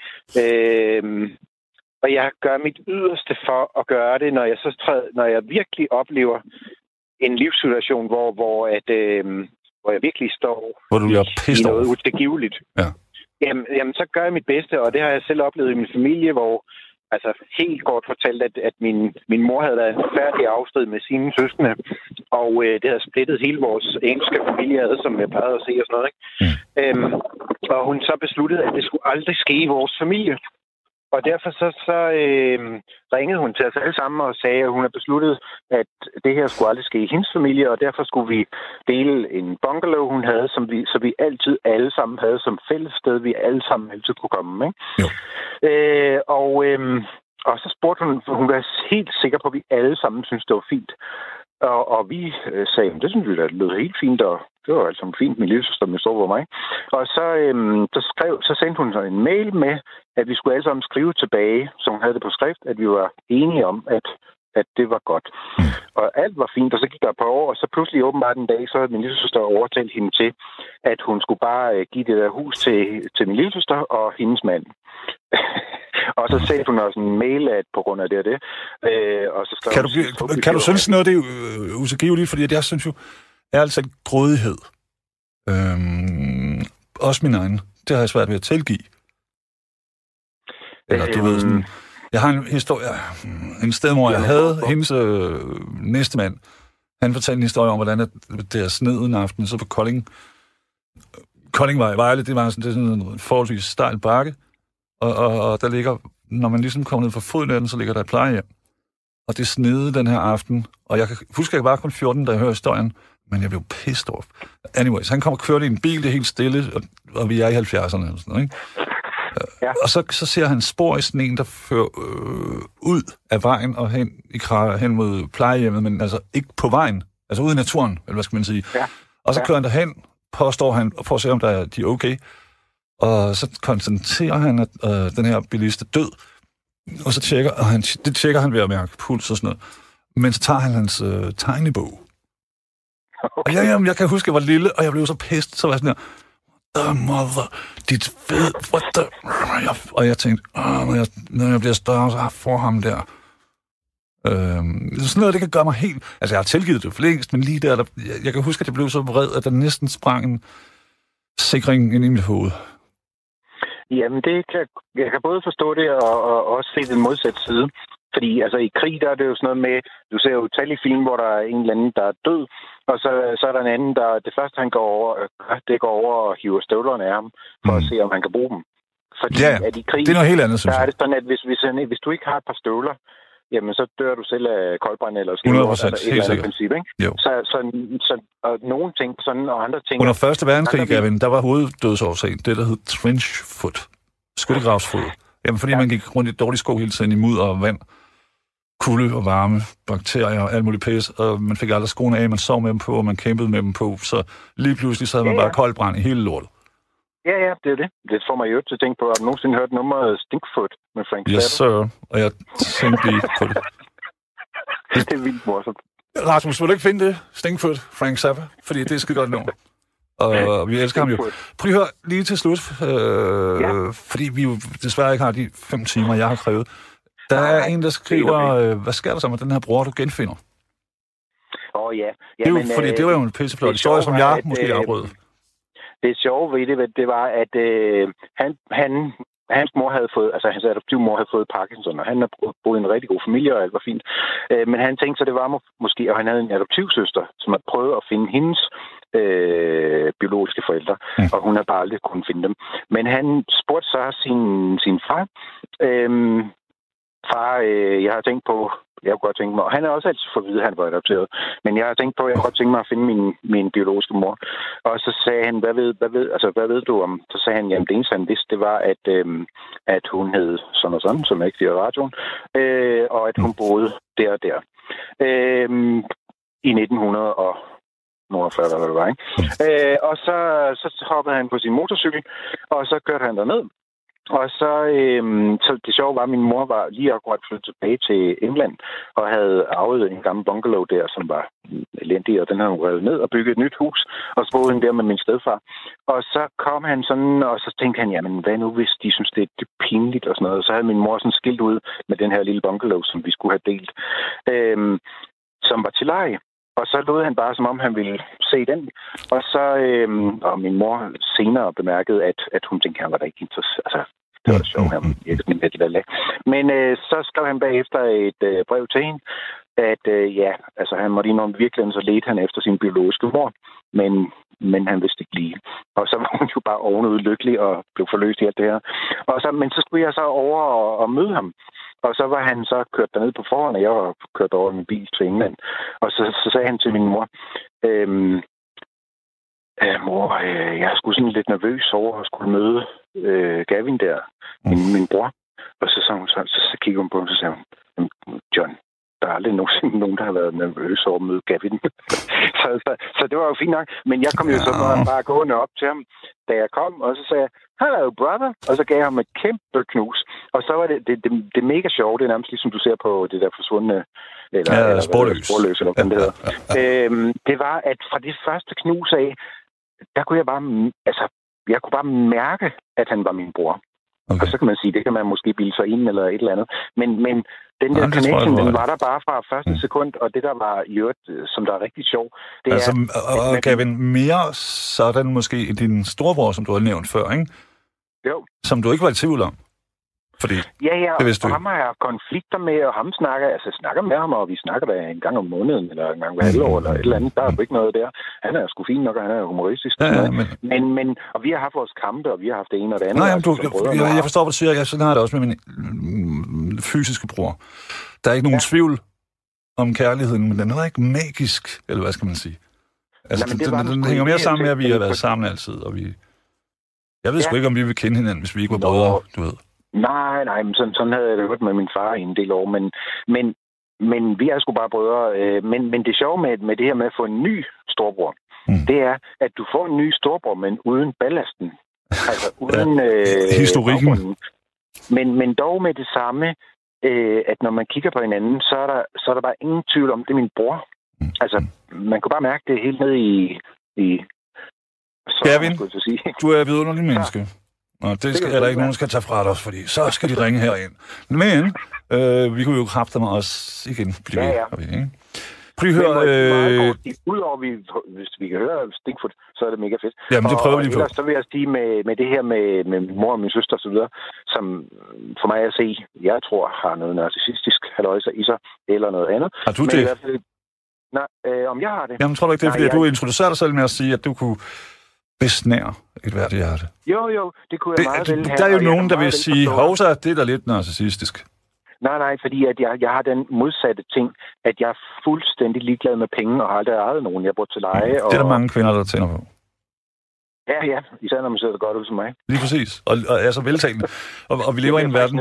S3: Og jeg gør mit yderste for at gøre det, når jeg virkelig oplever en livssituation, hvor jeg virkelig står
S2: hvor du
S3: i noget utilgiveligt.
S2: Ja.
S3: Jamen, så gør jeg mit bedste, og det har jeg selv oplevet i min familie, hvor altså helt kort fortalt, at min mor havde været en forfærdelig afstød med sine søskende, og det havde splittet hele vores engelske familie ad, som jeg plejede at se og sådan noget, ikke? Og hun så besluttede, at det skulle aldrig ske i vores familie. Og derfor så ringede hun til os alle sammen og sagde, at hun havde besluttet, at det her skulle aldrig ske i hendes familie, og derfor skulle vi dele en bungalow, hun havde, så vi altid alle sammen havde som fælles sted, vi alle sammen altid kunne komme, ikke? Og så spurgte hun var helt sikker på, at vi alle sammen syntes, det var fint. Og vi sagde, det synes vi, det lød helt fint, og det var altså fint, min lillesøster med stod på mig. Og så sendte hun så en mail med, at vi skulle alle sammen skrive tilbage, så hun havde det på skrift, at vi var enige om, at det var godt. Og alt var fint, og så gik der et par år, og så pludselig åbenbart en dag, så havde min lillesøster overtalt hende til, at hun skulle bare give det der hus til min lillesøster og hendes mand. Og så sendte hun også en mail, at på grund af det og det. Og så skrev
S2: kan du synes noget, det er utilgiveligt, fordi jeg synes jo, er altså en grådighed. Også min egen. Det har jeg svært ved at tilgive. Eller du ved sådan... Jeg har en historie, en stedmor, jeg havde, hendes næste mand. Han fortalte en historie om, hvordan det er sned en aften, så på Koldingvej i Vejle, det er sådan en forholdsvis stejl bakke, og der ligger, når man ligesom kommer ned fra foden af den, så ligger der et plejehjem. Og det snede den her aften, og jeg husker, jeg var kun 14, da jeg hørte historien, men jeg blev pissed off. Anyways, han kommer og kører i en bil, det er helt stille, og vi er i 70'erne eller sådan noget, ikke? Ja. Og så ser han spor i sneen, der fører ud af vejen og hen mod plejehjemmet, men altså ikke på vejen, altså ude i naturen, eller hvad skal man sige. Ja. Og så kører han derhen, påstår han, for at se, om de er okay. Og så konstaterer han, at den her bilist er død, og så tjekker han ved at mærke puls og sådan noget. Men så tager han hans tegnebog. Okay. Og jeg kan huske, at jeg var lille, og jeg blev så pissed, så var jeg sådan her, mother, dit fed, what the... Og jeg tænkte, når jeg bliver større, så får ham der. Sådan noget, det kan gøre mig helt... Altså, jeg har tilgivet det for længst, men lige der, jeg kan huske, at jeg blev så vred, at der næsten sprang en sikring ind i mit hoved.
S3: Jamen, jeg kan både forstå det, og også se den modsatte side. Fordi altså, i krig, der er det jo sådan noget med... Du ser jo utallige film, hvor der er en eller anden, der er død, og så er der en anden, der det første, han går over og hiver støvlerne af ham, for at se, om han kan bruge dem. Fordi at i krig,
S2: det er noget helt andet, synes jeg.
S3: Der er det sådan, at hvis du ikke har et par støvler, jamen så dør du selv af koldbrand eller skidt.
S2: 100%, helt sikkert.
S3: Princip, ikke?
S2: Jo.
S3: Så og nogle ting sådan, og andre ting...
S2: Under Første Verdenskrig, Gavin, der var hoveddødsårsagen det, der hed trenchfoot. Skyttegravsfod. Jamen, fordi man gik rundt i dårlige sko hele tiden i mudder og vand, kulde og varme, bakterier og alt muligt pæs, og man fik aldrig skoene af, man sov med dem på, og man kæmpede med dem på, så lige pludselig så havde man bare koldbrand i hele lortet. Ja,
S3: det er det. Det får mig jo til at tænke på, at du nogensinde hørt nummeret Stinkfoot med Frank Zappa?
S2: Yes, sir. Og jeg tænkte lige på det.
S3: Det er vildt morsomt.
S2: Rasmus, vil du ikke finde det? Stinkfoot, Frank Zappa? Fordi det er skide godt nummer. Og vi elsker ham jo. Prøv at høre lige til slut, fordi vi jo desværre ikke har de 5 timer, jeg har krævet. Der er en, der skriver, hvad sker der så med den her bror, du genfinder?
S3: Ja.
S2: Jamen, det, fordi det var jo en pisseflot historie, som jeg måske afbrød.
S3: Det sjove ved det var, at han hans mor havde fået, altså hans adoptivmor havde fået Parkinson, og han har boet i en rigtig god familie, og alt var fint. Men han tænkte sig, det var måske, og han havde en adoptivsøster, som havde prøvet at finde hendes biologiske forældre, og hun havde bare aldrig kunnet finde dem. Men han spurgte så sin far, jeg har tænkt på, jeg kunne godt tænke mig, og han har også altid fået at vide, at han var adopteret, men jeg har tænkt på, at jeg kunne godt tænke mig at finde min biologiske mor. Og så sagde han, hvad ved du om? Så sagde han, jamen det eneste han vidste, det var, at hun hed sådan og sådan, som jeg ikke siger i radioen, og at hun boede der og der. I 1940, hvad det var, ikke? Og så hoppede han på sin motorcykel, og så kørte han derned. Og så det sjove var, at min mor var lige akkurat flyttet tilbage til England, og havde arvet en gammel bungalow der, som var elendig, og den havde hun revet ned og bygget et nyt hus, og så boede han der med min stedfar. Og så kom han sådan, og så tænkte han, jamen hvad nu, hvis de synes, det er pinligt og sådan noget. Og så havde min mor sådan skilt ud med den her lille bungalow, som vi skulle have delt, som var til leje. Og så lod han bare, som om han ville se den. Og så, og min mor senere bemærkede, at hun tænkte, at han var da ikke interesseret. Altså, det var sjovt, han ikke med det der. Men så skrev han bagefter et brev til hende, at han måtte ind om virkeligheden, så ledte han efter sin biologiske mor. Men han vidste ikke lige. Og så var hun jo bare ovenud lykkelig og blev forløst i alt det her. Men så skulle jeg så over og møde ham. Og så var han så kørt derned på forhånd, og jeg var kørt over med bil til England. Og så sagde han til min mor, mor, jeg er sgu sådan lidt nervøs over at skulle møde Gavin der, min bror. Og så kiggede hun på ham, og så sagde hun, John, der er aldrig nogen, der har været nervøs over at møde Gavin. så det var jo fint nok. Men jeg kom jo så bare gående op til ham, da jeg kom, og så sagde jeg, hello, brother, og så gav jeg ham et kæmpe knus. Og så var det mega sjovt, det er nærmest ligesom du ser på det der forsvundne, eller sporløs, eller hvad det hedder. Det var, at fra det første knus af, der kunne jeg kunne bare mærke, at han var min bror. Okay. Og så kan man sige, det kan man måske bilde sig ind eller et eller andet. Men den der connection, den var der bare fra første sekund, og det der var i øvrigt, som der er rigtig sjovt, det
S2: altså, er... Og Gavin, mere sådan måske i din storebror, som du har nævnt før, ikke?
S3: Jo. Som
S2: du ikke var i tvivl om. Fordi,
S3: og ham har jeg konflikter med, og ham snakker med ham, og vi snakker der en gang om måneden, eller en gang hver halvår, eller et eller andet. Der er jo ikke noget der. Han er sgu fin nok, og han er humoristisk. Men og vi har haft vores kampe, og vi har haft det ene og det andet.
S2: Jeg forstår, hvad du siger. Sådan har det også med min fysiske bror. Der er ikke nogen tvivl om kærligheden, men den er ikke magisk, eller hvad skal man sige? Altså, den hænger mere sammen med, at vi har været sammen altid, og vi... Jeg ved sgu ikke, om vi vil kende hinanden, hvis vi ikke var brødre, du ved.
S3: Nej, men sådan havde jeg det hørt med min far i en del år, men vi er sgu bare brødre. Men det sjove med det her med at få en ny storbror, det er, at du får en ny storbror, men uden ballasten. Altså uden
S2: historikken.
S3: Men dog med det samme, at når man kigger på hinanden, så er der bare ingen tvivl om, det er min bror. Altså, man kan bare mærke det helt ned i
S2: Gavin, du er et vidunderligt menneske. Og det er der ikke nogen, der skal tage fra dig, fordi så skal de ringe herind. Men vi kunne jo kræfte mig også igen. Ikke? Prøv at høre...
S3: Udover, hvis vi kan høre Stinkfoot, så er det mega fedt.
S2: Jamen, det prøver vi lige på.
S3: Så vil jeg sige med det her med min mor og min søster og så videre, som for mig at se, jeg tror, har noget narcissistisk halløjser i sig, eller noget andet.
S2: Har du det?
S3: Om jeg har det?
S2: Jamen, tror du ikke det, fordi du introducerer dig selv med at sige, at du kunne besnære et hvert hjerte?
S3: Jo, det kunne jeg meget vel have.
S2: Der er jo nogen, der vil sige, hovsa, det er da lidt narcissistisk.
S3: Nej, fordi at jeg har den modsatte ting, at jeg er fuldstændig ligeglad med penge, og har aldrig ejet nogen. Jeg bor til leje.
S2: Det er der mange kvinder, der tænder på.
S3: Ja, især når man ser det godt ud som mig.
S2: Lige præcis. Og altså veltalende. Og vi lever i en verden,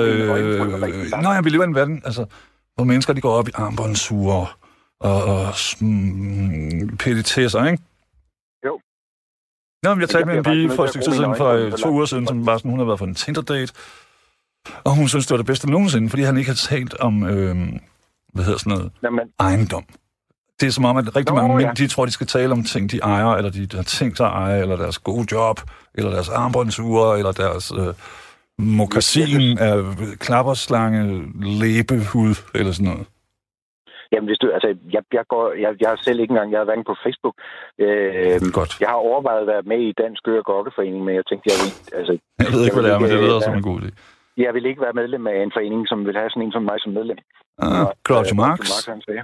S2: vi lever i en verden, altså, hvor mennesker de går op i armbåndsure og petitesser, ikke?
S3: Jo.
S2: Nå, men jeg talte med en pige for et stykke tid siden, for 2 uger siden, som var sådan, hun havde været for en Tinder-date. Og hun synes, det var det bedste nogensinde, fordi han ikke havde talt om, ejendom. Det er som om, at rigtig mange mænd, de tror, de skal tale om ting, de ejer, eller de har tænkt sig at eje, eller deres gode job, eller deres armbåndsure, eller deres mokassin af klapperslange, læbehud, eller sådan noget.
S3: Jamen, hvis du, altså, jeg er selv ikke engang, jeg er hverken på Facebook.
S2: Godt.
S3: Jeg har overvejet at være med i Dansk Øre- og Gokkeforening, men jeg tænkte,
S2: jeg ved ikke, hvad det er, men det lyder som en god idé.
S3: Jeg vil ikke være medlem af en forening, som vil have sådan en som mig som medlem.
S2: Claudio Marx. Ja.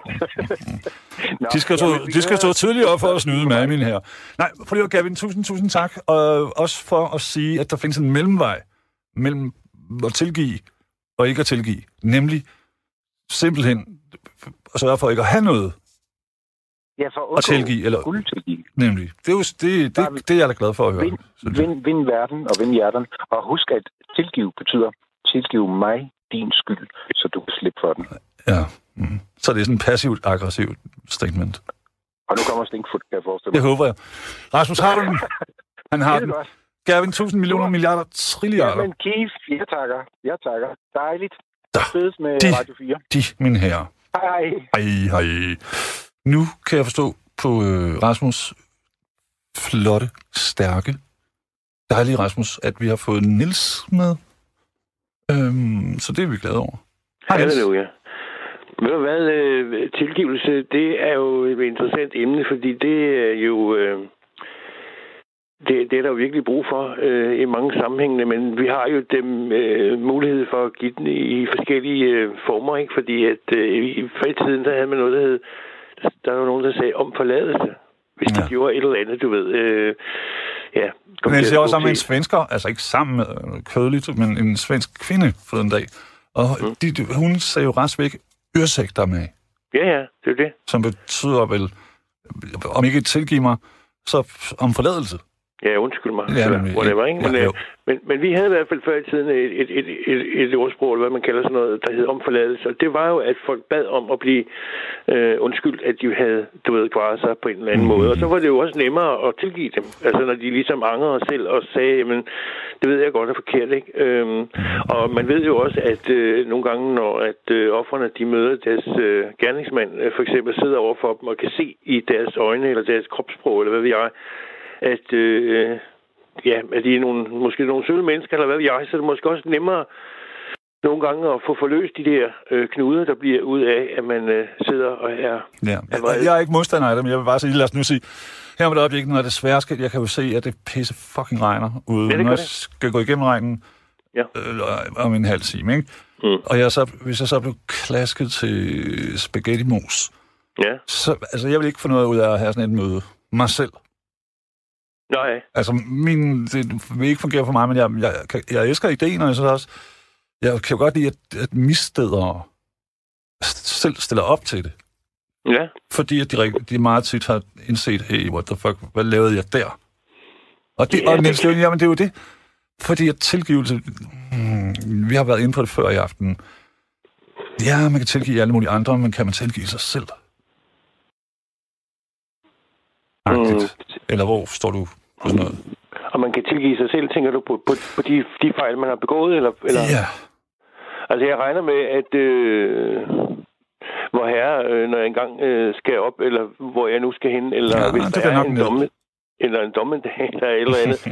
S2: De skal stå tydeligt op for at snyde med min her. Nej, for det var Gavin, tusind tak. Og også for at sige, at der findes en mellemvej mellem at tilgive og ikke at tilgive. Nemlig simpelthen at sørge for ikke at have noget at tilgive. Eller
S3: tilgive.
S2: Nemlig. Det er jeg da glad for at høre.
S3: Vind verden og vind hjerterne. Og husk, at tilgive betyder tilgive mig din skyld, så du kan slippe for den. Ja.
S2: Mm. Så det er sådan en passivt-aggressivt statement.
S3: Og nu kommer Stinkfoot, kan jeg forestille mig.
S2: Det håber jeg. Rasmus har den. Han har den. Gavin, 1000 millioner milliarder trilliarder.
S3: Jamen, Keith, jeg takker. Dejligt. Fødes med Radio 4.
S2: Min herre. Hej. Nu kan jeg forstå på Rasmus flotte, stærke, dejlige Rasmus, at vi har fået Niels med. Så det er vi glade over.
S4: Halleluja. Ved du hvad, tilgivelse, det er jo et interessant emne, fordi det er jo... Det er der jo virkelig brug for i mange sammenhænge, men vi har jo dem mulighed for at give den i forskellige former, ikke? Fordi at før i tiden, der havde man noget, der hed... Der var nogen, der sagde om forladelse, hvis de gjorde et eller andet, du ved.
S2: Men jeg ser også sammen med en svensker, altså ikke sammen med kødeligt, men en svensk kvinde for en dag. Og hun sagde jo retsvæk, ursäkta mig.
S4: Ja, det er det.
S2: Som betyder vel, om ikke tilgive mig, så om forladelse.
S4: Ja, undskyld mig. Ja, whatever, ikke? Men vi havde i hvert fald før i tiden et ordsprog, eller hvad man kalder sådan noget, der hed om forladelse. Og det var jo, at folk bad om at blive undskyldt, at de havde, kvaret sig på en eller anden måde. Og så var det jo også nemmere at tilgive dem. Altså, når de ligesom angrede sig selv og sagde, jamen, det ved jeg godt er forkert, ikke? Og man ved jo også, at nogle gange, når ofrene, de møder deres gerningsmand, for eksempel sidder over for dem og kan se i deres øjne, eller deres kropssprog, eller hvad ved jeg, at at de er måske nogle søde mennesker, eller hvad ved jeg, så er det måske også nemmere nogle gange at få forløst de der knuder, der bliver ud af, at man sidder og er...
S2: Ja, jeg er ikke modstander af dem, jeg vil bare sige, lad os nu sige, her med det objekt, når det svære skal, jeg kan jo se, at det pisse fucking regner ude. Ja, når jeg skal gå igennem regnen om en halv time, ikke? Og hvis jeg så blev klasket til spaghetti-mos, så, altså jeg vil ikke få noget ud af at have sådan et møde. Mig selv.
S4: Nej.
S2: Altså, det vil ikke fungere for mig, men jeg elsker ideen, og jeg kan jo godt lide, at misstedere selv stiller op til det.
S4: Ja.
S2: Fordi at de meget tit har indset, hey, what the fuck, hvad lavede jeg der? Og det er jo det. Fordi at tilgivelse, vi har været inde på det før i aften. Ja, man kan tilgive alle mulige andre, men kan man tilgive sig selv? Eller hvor står du på sådan noget?
S4: Og man kan tilgive sig selv, tænker du på de fejl, man har begået? Eller?
S2: Ja.
S4: Altså, jeg regner med, at hvor herre, når jeg engang skal op, eller hvor jeg nu skal hen, eller hvis der er en dommedag, eller et eller andet,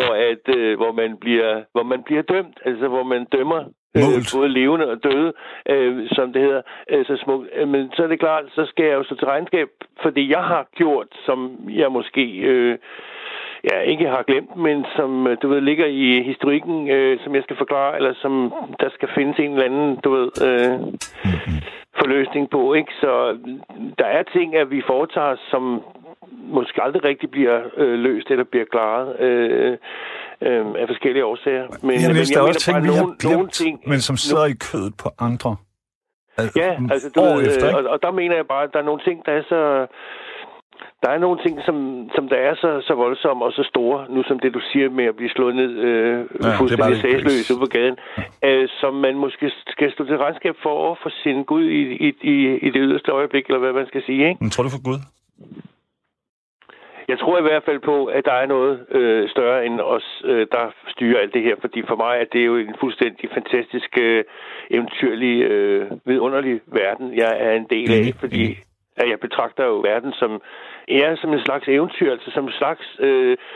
S4: hvor man bliver dømt, altså hvor man dømmer både levende og døde, som det hedder, så smukt. Men så er det klart, så skal jeg jo så til regnskab for det, jeg har gjort, som jeg måske ikke har glemt, men som, ligger i historikken, som jeg skal forklare, eller som der skal findes en eller anden, forløsning på, ikke? Så der er ting, at vi foretager, som måske aldrig rigtig bliver løst eller bliver klaret af forskellige årsager. Men
S2: der er også ting, vi har glemt, men som sidder i kødet på andre.
S4: Ja, altså og der mener jeg bare, at der er nogle ting, der er så... Der er nogle ting, som der er så voldsomme og så store, nu som det, du siger med at blive slået ned fuldstændig sagsløs ude på gaden, som man måske skal stå til regnskab for sin Gud i det yderste øjeblik, eller hvad man skal sige, ikke?
S2: Men tror du for Gud?
S4: Jeg tror i hvert fald på, at der er noget større end os, der styrer alt det her, fordi for mig er det jo en fuldstændig fantastisk, eventyrlig, vidunderlig verden, jeg er en del af, fordi... at jeg betragter jo verden som en slags eventyr, altså som en slags,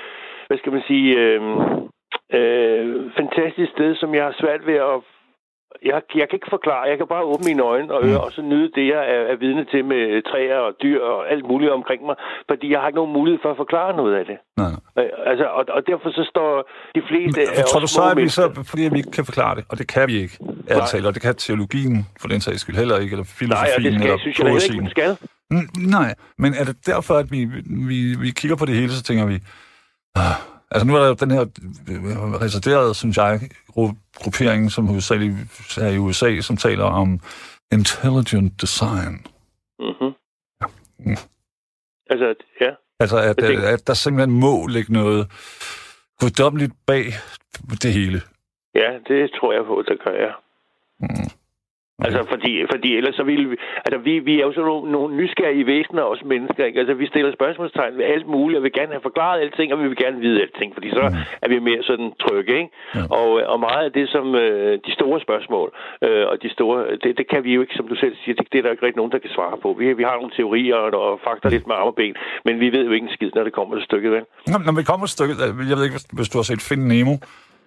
S4: fantastisk sted, som jeg har svært ved Jeg kan ikke forklare. Jeg kan bare åbne mine øjne og ører, og så nyde det, jeg er vidne til med træer og dyr og alt muligt omkring mig, fordi jeg har ikke nogen mulighed for at forklare noget af det.
S2: Nej.
S4: Altså, og derfor så står de fleste...
S2: Men, tror du så, at vi fordi vi ikke kan forklare det? Og det kan vi ikke, og det kan teologien for den sags skyld heller ikke, eller filosofien, eller poesien. Nej, men er det derfor, at vi kigger på det hele, så tænker vi... Altså nu er der jo den her retarderede, synes jeg, gruppering, som hovedsageligt er i USA, som taler om intelligent design.
S4: Mm-hmm. Ja. Mm. Altså, ja.
S2: Altså, at der simpelthen må ligge noget guddommeligt bag det hele.
S4: Ja, det tror jeg på, det gør jeg.
S2: Mm. Okay.
S4: Altså, fordi ellers så ville vi... Altså, vi er jo sådan nogle nysgerrige væsener, også mennesker, ikke? Altså, vi stiller spørgsmålstegn ved alt muligt, og vi vil gerne have forklaret alting, og vi vil gerne vide alting, fordi så er vi mere sådan trygge, ikke? Ja. Og meget af det, som de store spørgsmål, og de store... Det kan vi jo ikke, som du selv siger, det er der ikke rigtig nogen, der kan svare på. Vi har nogle teorier og fakta lidt med arme og ben, men vi ved jo ikke en skid, når det kommer til stykket, vel?
S2: Når vi kommer til stykket... Jeg ved ikke, hvis du har set Find Nemo,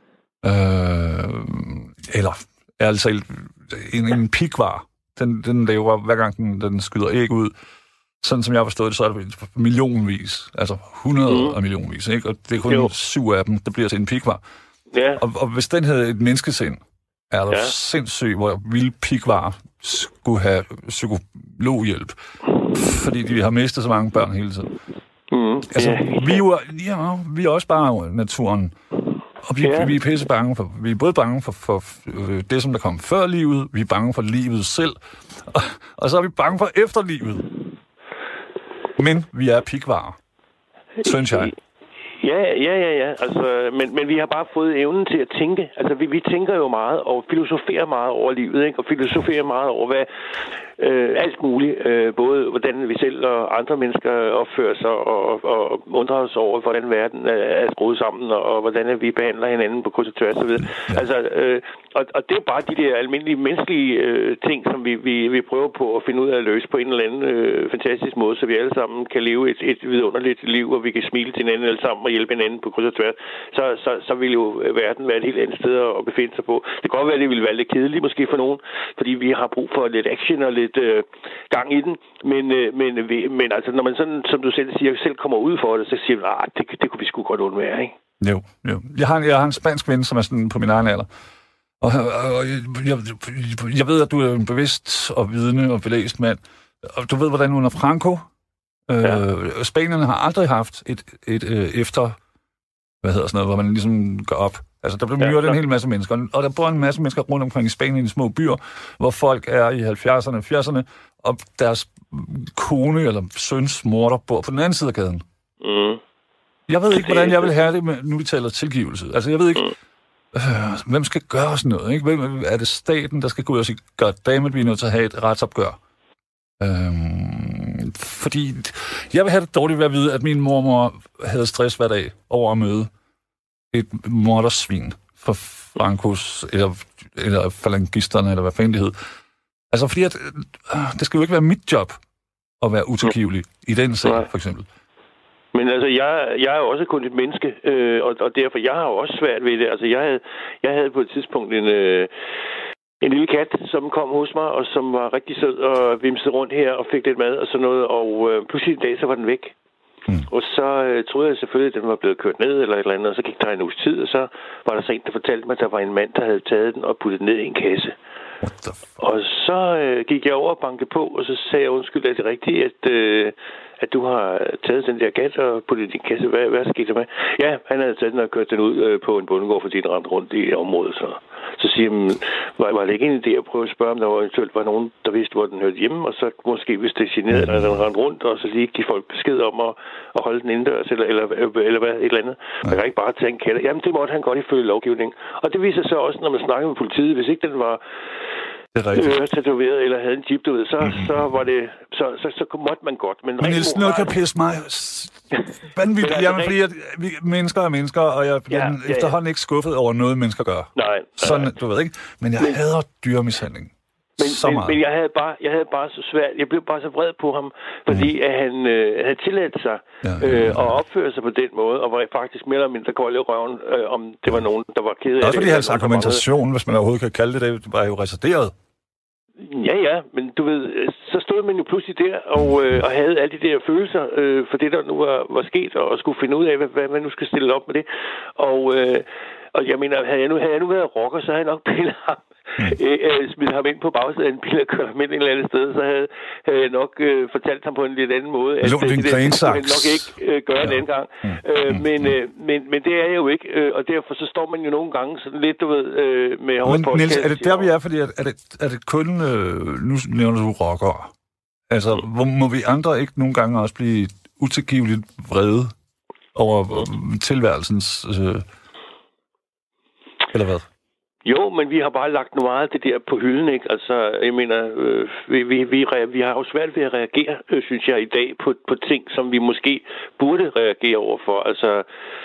S2: eller ærligt talt... En pikvar, den laver, hver gang den skyder æg ud, sådan som jeg har forstået det, så er det millionvis, altså 100 af millionvis, ikke? Og det er kun 7 af dem, der bliver til en pikvar.
S4: Ja.
S2: Og hvis den havde et menneskesind, er der sindssygt, hvor vilde pikvar skulle have psykologhjælp, fordi de har mistet så mange børn hele tiden. Altså, vi er også bare naturen. Og vi er pisse bange for... Vi er både bange for det, som der kom før livet, vi er bange for livet selv, og så er vi bange for efterlivet. Men vi er pikvarer, synes jeg.
S4: Ja. Altså, men vi har bare fået evnen til at tænke. Altså, vi tænker jo meget og filosoferer meget over livet, ikke? Og filosoferer meget over, hvad alt muligt. Både hvordan vi selv og andre mennesker opfører sig og undrer os over, hvordan verden er skruet sammen, og hvordan vi behandler hinanden på kryds og tværs og videre. Ja. Altså, og det er bare de der almindelige menneskelige ting, som vi prøver på at finde ud af at løse på en eller anden fantastisk måde, så vi alle sammen kan leve et vidunderligt liv, og vi kan smile til hinanden alle sammen og hjælpe hinanden på kryds og tværs. Så vil jo verden være et helt andet sted at befinde sig på. Det kan godt være, at det ville være lidt kedeligt måske for nogen, fordi vi har brug for lidt action og lidt gang i den, men altså, når man sådan, som du selv siger, selv kommer ud for det, så siger man, det kunne vi sgu godt undvære, ikke?
S2: Jo. Jeg har en spansk ven, som er sådan på min egen alder. Og jeg ved, at du er en bevidst og vidende og belæst mand. Og du ved, hvordan under Franco, spanierne har aldrig haft et efter, hvor man ligesom går op. Altså, der blev myrdet en hel masse mennesker, og der bor en masse mennesker rundt omkring i Spanien i små byer, hvor folk er i 70'erne og 80'erne, og deres kone eller søns mor, der bor på den anden side af gaden. Jeg ved ikke, hvordan jeg vil have det, nu vi taler tilgivelse. Altså, jeg ved ikke, hvem skal gøre sådan noget, ikke? Hvem er det staten, der skal gå ud og sige, goddammit, vi er nødt til at have et retsopgør? Fordi jeg vil have det dårligt ved at vide, at min mormor havde stress hver dag over at møde et mordersvin for Frankos, eller falangisterne, eller hvad fanden det hed. Altså, fordi det skal jo ikke være mit job at være utilgivelig i den sag, for eksempel.
S4: Men altså, jeg er jo også kun et menneske, og derfor, jeg har jo også svært ved det. Altså, jeg havde på et tidspunkt en lille kat, som kom hos mig, og som var rigtig sød og vimsede rundt her og fik lidt mad og sådan noget, og pludselig en dag, så var den væk. Og så troede jeg selvfølgelig, at den var blevet kørt ned eller et eller andet, og så gik der en uges tid, og så var der så en, der fortalte mig, at der var en mand, der havde taget den og puttet den ned i en kasse. Og så gik jeg over og bankede på, og så sagde jeg, undskyld, er det rigtigt, at du har taget den der kat og puttet i din kasse? Hvad skete der med? Ja, han havde taget den og kørt den ud på en bondegård, fordi den rendte rundt i området. Så siger han, var det ikke en idé at prøve at spørge, om der eventuelt var nogen, der vidste, hvor den hørte hjemme, og så måske, hvis det generede, eller den rendte rundt, og så lige give folk besked om at holde den indendørs, eller hvad, et eller andet. Man kan ikke bare tage en kat. Jamen, det måtte han godt ifølge lovgivningen. Og det viser sig også, når man snakker med politiet, hvis ikke den var tatoveret eller havde en jeep, du ved, så var det, så måtte man godt. Men
S2: Niels, noget kan pisse mig vanvittigt. Jamen, fordi mennesker er mennesker, og jeg bliver efterhånden ikke skuffet over noget, mennesker gør.
S4: Nej.
S2: Sådan, du ved ikke. Men jeg hader dyremishandling.
S4: Men jeg havde bare så svært. Jeg blev bare så vred på ham, fordi at han havde tilladt sig at opføre sig på den måde, og var faktisk mere eller mindre kold i røven, om det var nogen, der var ked af det.
S2: Også fordi hans argumentation, hvis man overhovedet kan kalde det, var jo retarderet.
S4: Ja, men du ved, så stod man jo pludselig der og havde alle de der følelser for det, der nu var sket, og skulle finde ud af, hvad man nu skal stille op med det. Og jeg mener, havde jeg nu været rocker, så havde jeg nok pillet ham. Smidt ham ind på bagsiden af en bil og kørt ham ind et eller andet sted, så havde jeg nok fortalt ham på en lidt anden måde.
S2: Det kunne
S4: nok ikke gøre en anden gang. Men det er jeg jo ikke, og derfor så står man jo nogle gange sådan lidt, du ved, med hårdt.
S2: Niels, er det der, vi er? Fordi er det kun... nu nævner du rockere. Altså, må vi andre ikke nogle gange også blive utilgiveligt vrede over tilværelsens... eller hvad?
S4: Jo, men vi har bare lagt noget meget af det der på hylden, ikke? Altså, jeg mener, vi har jo svært ved at reagere, synes jeg, i dag på ting, som vi måske burde reagere overfor. Altså,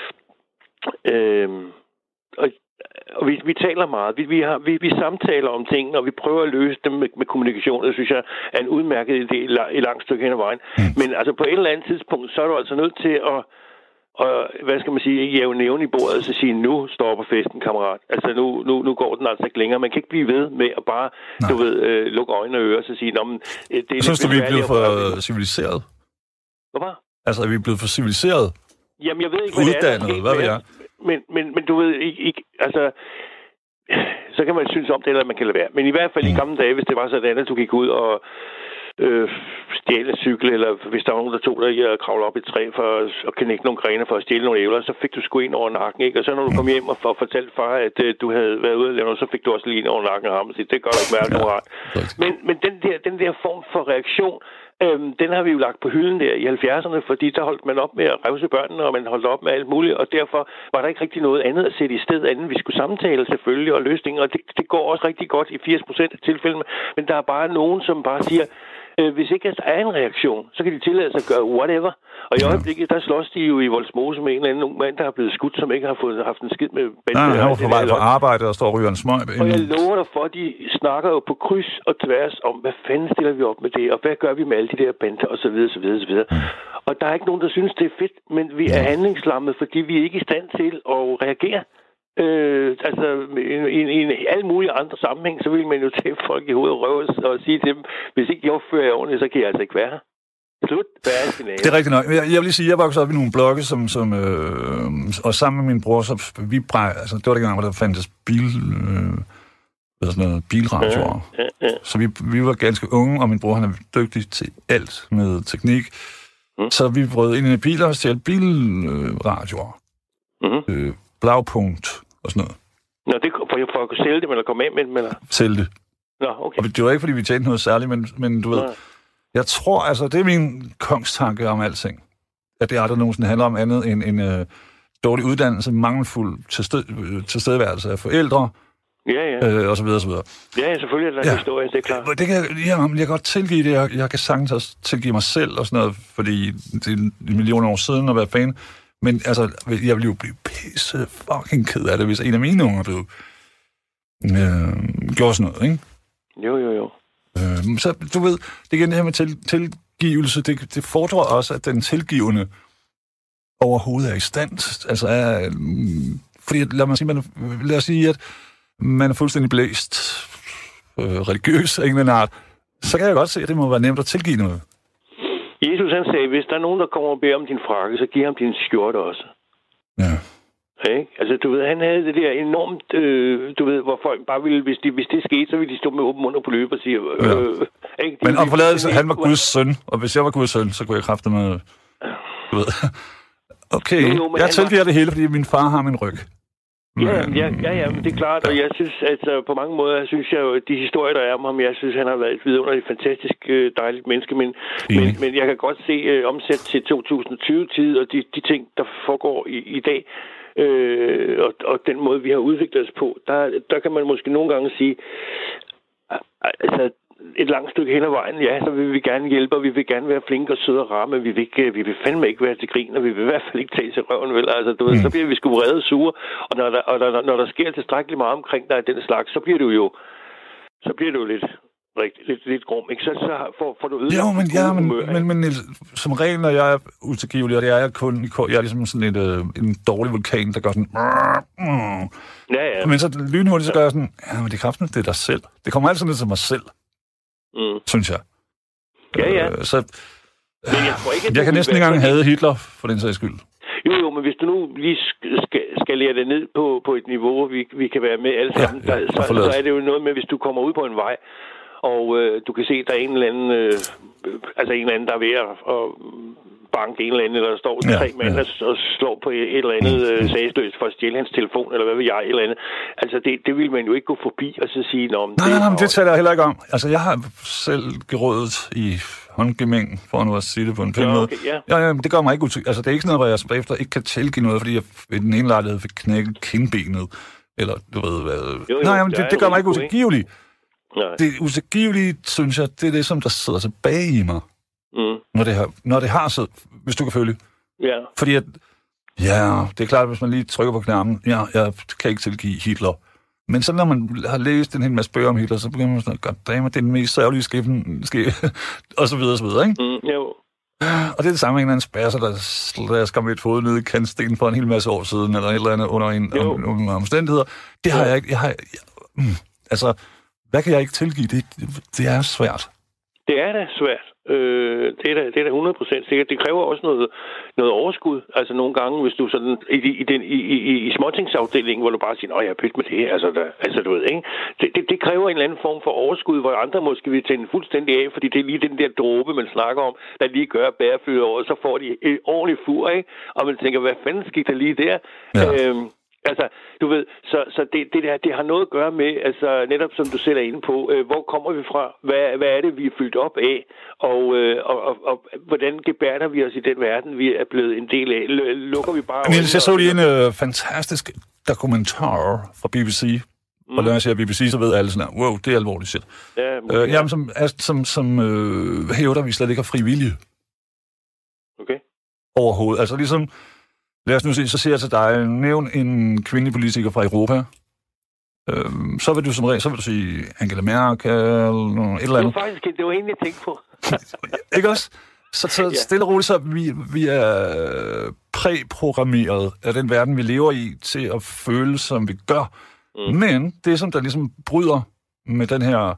S4: og vi taler meget. Vi samtaler om ting, og vi prøver at løse dem med kommunikation. Det synes jeg er en udmærket idé i langt stykke hen ad vejen. Men altså, på et eller andet tidspunkt, så er du altså nødt til at og hvad skal man sige, jævne nævne i bordet og så sige, nu stopper festen, kammerat. Altså, nu går den altså ikke længere. Man kan ikke blive ved med at bare, du ved, lukke øjne og ører og så sige, nå, men det er...
S2: Synes du, vi er blevet for civiliseret?
S4: Hvad?
S2: Altså, er vi blevet for civiliseret?
S4: Jamen, jeg ved ikke, hvad
S2: uddannet,
S4: det er.
S2: Hvad ved jeg?
S4: Men du ved, ikke, altså... Så kan man synes om det, eller man kan lade være. Men i hvert fald i gamle dage, hvis det var sådan, at du gik ud og stjæle en cykel, eller hvis der var nogen, der tog dig i at kravle op i et træ for at knække nogle grene for at stjæle nogle ævler, så fik du sgu ind over nakken, ikke? Og så når du kom hjem og fortalte far, at du havde været ude og lave noget, så fik du også lige ind over nakken af ham og sige, det gør du ikke mærke noget. Men den der form for reaktion, den har vi jo lagt på hylden der i 70'erne, fordi der holdt man op med at revse børnene, og man holdt op med alt muligt, og derfor var der ikke rigtig noget andet at sætte i stedet, andet vi skulle samtale selvfølgelig og løsninger, og det går også rigtig godt i 80% af tilfældene, men der er bare nogen, som bare siger, hvis ikke der er en reaktion, så kan de tillade sig at gøre whatever. Og i øjeblikket, der slås de jo i Vollsmose med en eller anden ung mand, der er blevet skudt, som ikke har haft en skid med bande.
S2: Nej, han var på vej på arbejde og står og ryger en smøg.
S4: Og jeg lover dig for, at de snakker jo på kryds og tværs om, hvad fanden stiller vi op med det, og hvad gør vi med alle de der bander, og så videre, så videre, så videre. Og der er ikke nogen, der synes, det er fedt, men vi er handlingslammet, fordi vi er ikke i stand til at reagere. Altså i alle mulige andre sammenhæng, så vil man jo tage folk i hovedet og røve og sige til dem, hvis ikke jeg opfører jer ordentligt, så kan jeg altså ikke være her. Slut. Det
S2: er rigtigt nok. Jeg vil lige sige, jeg voksede op i nogle blokke, som og sammen med min bror, så vi altså det var det gang, hvor der fandtes bilradioer. Så vi var ganske unge, og min bror, han er dygtig til alt med teknik. Så vi brød ind i biler og stjælte bilradioer. Blaupunkt og sådan noget.
S4: Nå, det er for at kunne sælge dem, eller komme af med dem, eller?
S2: Sælge det.
S4: Nå, okay.
S2: Og det var ikke, fordi vi tjente noget særligt, men du ved, jeg tror, altså, det er min kongstanke om alting. At det aldrig nogensinde handler om andet end en dårlig uddannelse, mangelfuld tilstedeværelse af forældre, og så videre, og så videre.
S4: Ja, selvfølgelig er der en historie, det er klart.
S2: Det kan jeg kan godt tilgive det. Jeg kan sagtens også tilgive mig selv og sådan noget, fordi det er en million år siden at være fan. Men altså, jeg ville jo blive pisse fucking ked af det, hvis en af mine unger blev gjorde sådan noget, ikke?
S4: Jo.
S2: Så du ved, det igen det her med tilgivelse, det fordrer også, at den tilgivende overhovedet er i stand. Altså, fordi lad os sige, at man er fuldstændig blæst religiøs af en art, så kan jeg godt se, at det må være nemt at tilgive noget.
S4: Jesus, han sagde, hvis der er nogen, der kommer og beder om din frakke, så giv ham din skjorte også.
S2: Ja.
S4: Okay? Altså, du ved, han havde det der enormt, du ved, hvor folk bare ville, hvis det skete, så ville de stå med åben mund og på løbe og sige...
S2: Men om forladelse, han var Guds søn, og hvis jeg var Guds søn, så kunne jeg kræfte med... Du ved... Okay, jeg tilgiver det hele, fordi min far har min ryg.
S4: Ja, men det er klart, og jeg synes, altså på mange måder, synes jeg jo, de historier, der er om ham, jeg synes, han har været et vidunderligt, fantastisk, dejligt menneske, men jeg kan godt se omsæt til 2020-tid, og de ting, der foregår i dag, og den måde, vi har udviklet os på, der kan man måske nogle gange sige, altså et langt stykke hen ad vejen, ja, så vil vi gerne hjælpe, og vi vil gerne være flinke og søde og rare, men vi vil fandme ikke være til grin, og vi vil i hvert fald ikke tage til røven, vel? Altså, du ved, så bliver vi sgu vrede og sure, og når der sker tilstrækkeligt meget omkring dig den slags, så bliver det jo lidt lidt grum, ikke? Så får du ødelagt.
S2: Jo, men som regel, når jeg er utilgivelig, og det er jeg kun, jeg er ligesom sådan en dårlig vulkan, der gør sådan...
S4: Ja.
S2: Men så lynhurtigt, så gør jeg sådan, men det er kraften, det er dig selv. Det kommer altid ned til mig selv, synes jeg.
S4: Ja.
S2: Så
S4: men jeg tror ikke,
S2: jeg kan næsten ikke engang have Hitler, for den sags skyld.
S4: Jo, men hvis du nu lige skal lære det ned på et niveau, hvor vi kan være med alle sammen, så er det jo noget med, hvis du kommer ud på en vej, og du kan se, at der er en eller anden, der er ved at banke en eller anden, eller der står 3 mænd og slår på et eller andet sagsløst for at stjæle hans telefon, eller hvad ved jeg, eller andet. Altså, det vil man jo ikke gå forbi og så sige, nej,
S2: det taler jeg heller ikke om. Altså, jeg har selv gerådet i håndgemæng, for nu at sige det på en pæn måde. Ja, det gør mig ikke altså, det er ikke sådan noget, hvor jeg bagefter ikke kan tilgive noget, fordi jeg ved den ene lejlighed fik knækket kindbenet, eller du ved hvad. Det gør mig ikke utilgivelig. Det utilgivelige, synes jeg, det er det, som der sidder tilbage i mig. Når det har siddet, hvis du kan følge.
S4: Ja.
S2: Fordi at, det er klart, hvis man lige trykker på knappen, jeg kan ikke tilgive Hitler. Men så når man har læst en hel masse bøger om Hitler, så begynder man sådan, goddammit, det er den mest sørgelige skæbne, og så videre, ikke?
S4: Jo.
S2: Og det er det samme med en eller anden spasser, der skam et fod nede i kantstenen for en hel masse år siden, eller et eller andet under omstændigheder. Det har jeg ikke. Altså, hvad kan jeg ikke tilgive? Det er svært.
S4: Det er da svært. Det er da 100% sikkert. Det kræver også noget overskud. Altså nogle gange, hvis du sådan i småtingsafdelingen, hvor du bare siger, jeg pyt med det her, altså du ved, ikke? Det kræver en eller anden form for overskud, hvor andre måske vil tænde fuldstændig af, fordi det er lige den der dråbe, man snakker om, der lige gør bæreflyder over, så får de et ordentligt fur, ikke? Og man tænker, hvad fanden skete der lige der? Ja. Altså, du ved, så det har noget at gøre med, altså netop som du selv er inde på, hvor kommer vi fra? Hvad er det, vi er fyldt op af? Og hvordan gebærder vi os i den verden, vi er blevet en del af? Lukker vi bare...
S2: Niels, jeg så lige en fantastisk dokumentar fra BBC. Og når jeg siger BBC, så ved alle sådan, wow, det er alvorligt shit. Jamen, som hævder, vi slet ikke har fri vilje.
S4: Okay.
S2: Overhovedet. Altså ligesom... Lad os nu se, så siger jeg til dig, nævn en kvindelig politiker fra Europa. Så vil du som regel, så vil du sige Angela Merkel, eller et eller andet.
S4: Det var egentlig, jeg tænkte på.
S2: Ikke også? Så stille og roligt, så vi er præprogrammeret af den verden, vi lever i, til at føle, som vi gør. Men det, som der ligesom bryder med den her...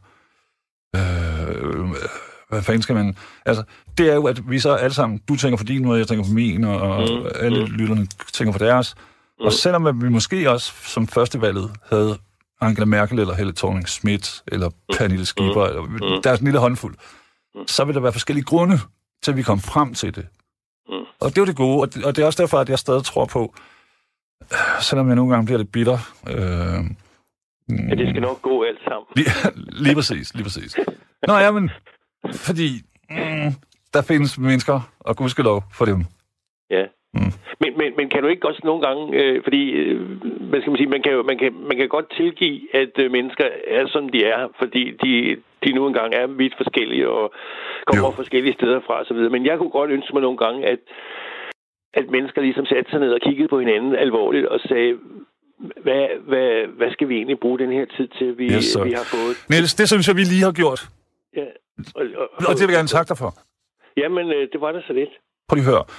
S2: hvad fanden skal man... Altså, det er jo, at vi så alle sammen... Du tænker for din måde, jeg tænker for min, og alle lytterne tænker for deres. Og selvom vi måske også som førstevalget havde Angela Merkel, eller Helle Thorning-Schmidt, eller Pernille Skipper, eller deres lille håndfuld, så vil der være forskellige grunde til, at vi kommer frem til det. Og det er jo det gode, og det er også derfor, at jeg stadig tror på, selvom jeg nogle gange bliver lidt bitter...
S4: Ja, det skal nok gå alt sammen.
S2: Lige præcis. Nå ja, men... Fordi der findes mennesker, og gudskelov for dem.
S4: Ja. Men kan du ikke også nogle gange, fordi, hvad skal man sige, man kan godt tilgive, at mennesker er, som de er, fordi de nu engang er vidt forskellige, og kommer forskellige steder fra, og så videre. Men jeg kunne godt ønske mig nogle gange, at mennesker ligesom satte sig ned og kiggede på hinanden alvorligt, og sagde, hvad skal vi egentlig bruge den her tid til, vi har fået?
S2: Niels, det synes jeg, vi lige har gjort.
S4: Ja.
S2: Og det vil jeg gerne takke dig for.
S4: Jamen, det var da så lidt.
S2: Prøv lige at høre.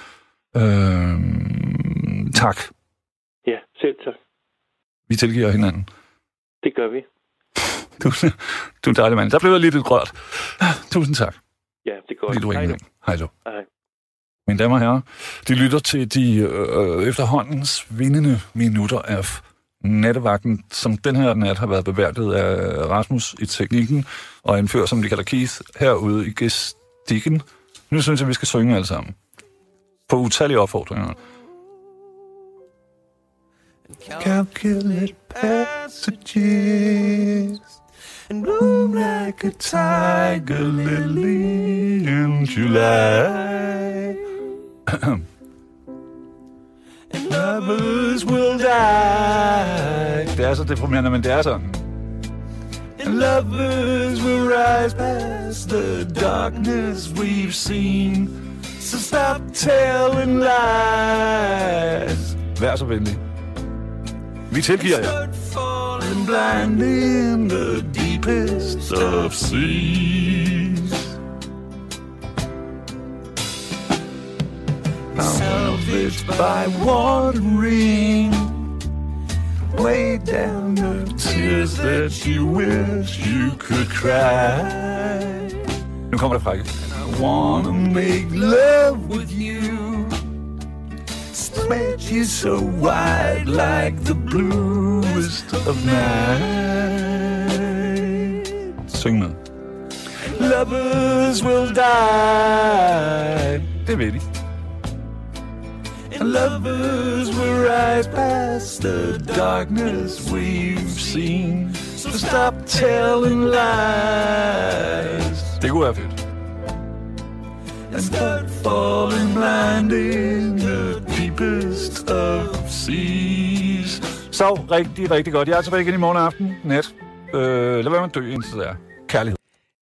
S2: Tak.
S4: Ja, selv tak.
S2: Vi tilgiver hinanden.
S4: Det gør vi.
S2: Du er en dejlig mand. Der blev jeg lidt rørt. Tusind tak.
S4: Ja, det er godt.
S2: Hej så.
S4: Hej.
S2: Mine damer og herrer, de lytter til de efterhåndens vindende minutter af nattevagten, som den her nat har været beværtet af Rasmus i teknikken, og anfører, som de kalder Keith, herude i gestikken. Nu synes jeg, vi skal synge alle sammen. På utallige opfordringer. Calculate passages and bloom like a tiger lily in July. And lovers will die. Det er så deprimerende, men det er sådan. And lovers will rise past the darkness we've seen. So stop telling lies. Vær så venlig. Vi tilgiver jer. Falling blind in the deep deepest of seas. Salvaged by watering way down the tears that you wish you could cry. Nu kommer det frække. I wanna make love with you, spread you so wide like the bluest of night. Syng med. Lovers will die. Det ved de. And lovers will rise past the darkness we've seen. So stop telling lies. Det kunne være fedt. And start falling blind in the deepest of seas. Så rigtig, rigtig godt. Jeg er tilbage igen i morgen aften. Nat. Lad være med at dø indtil der.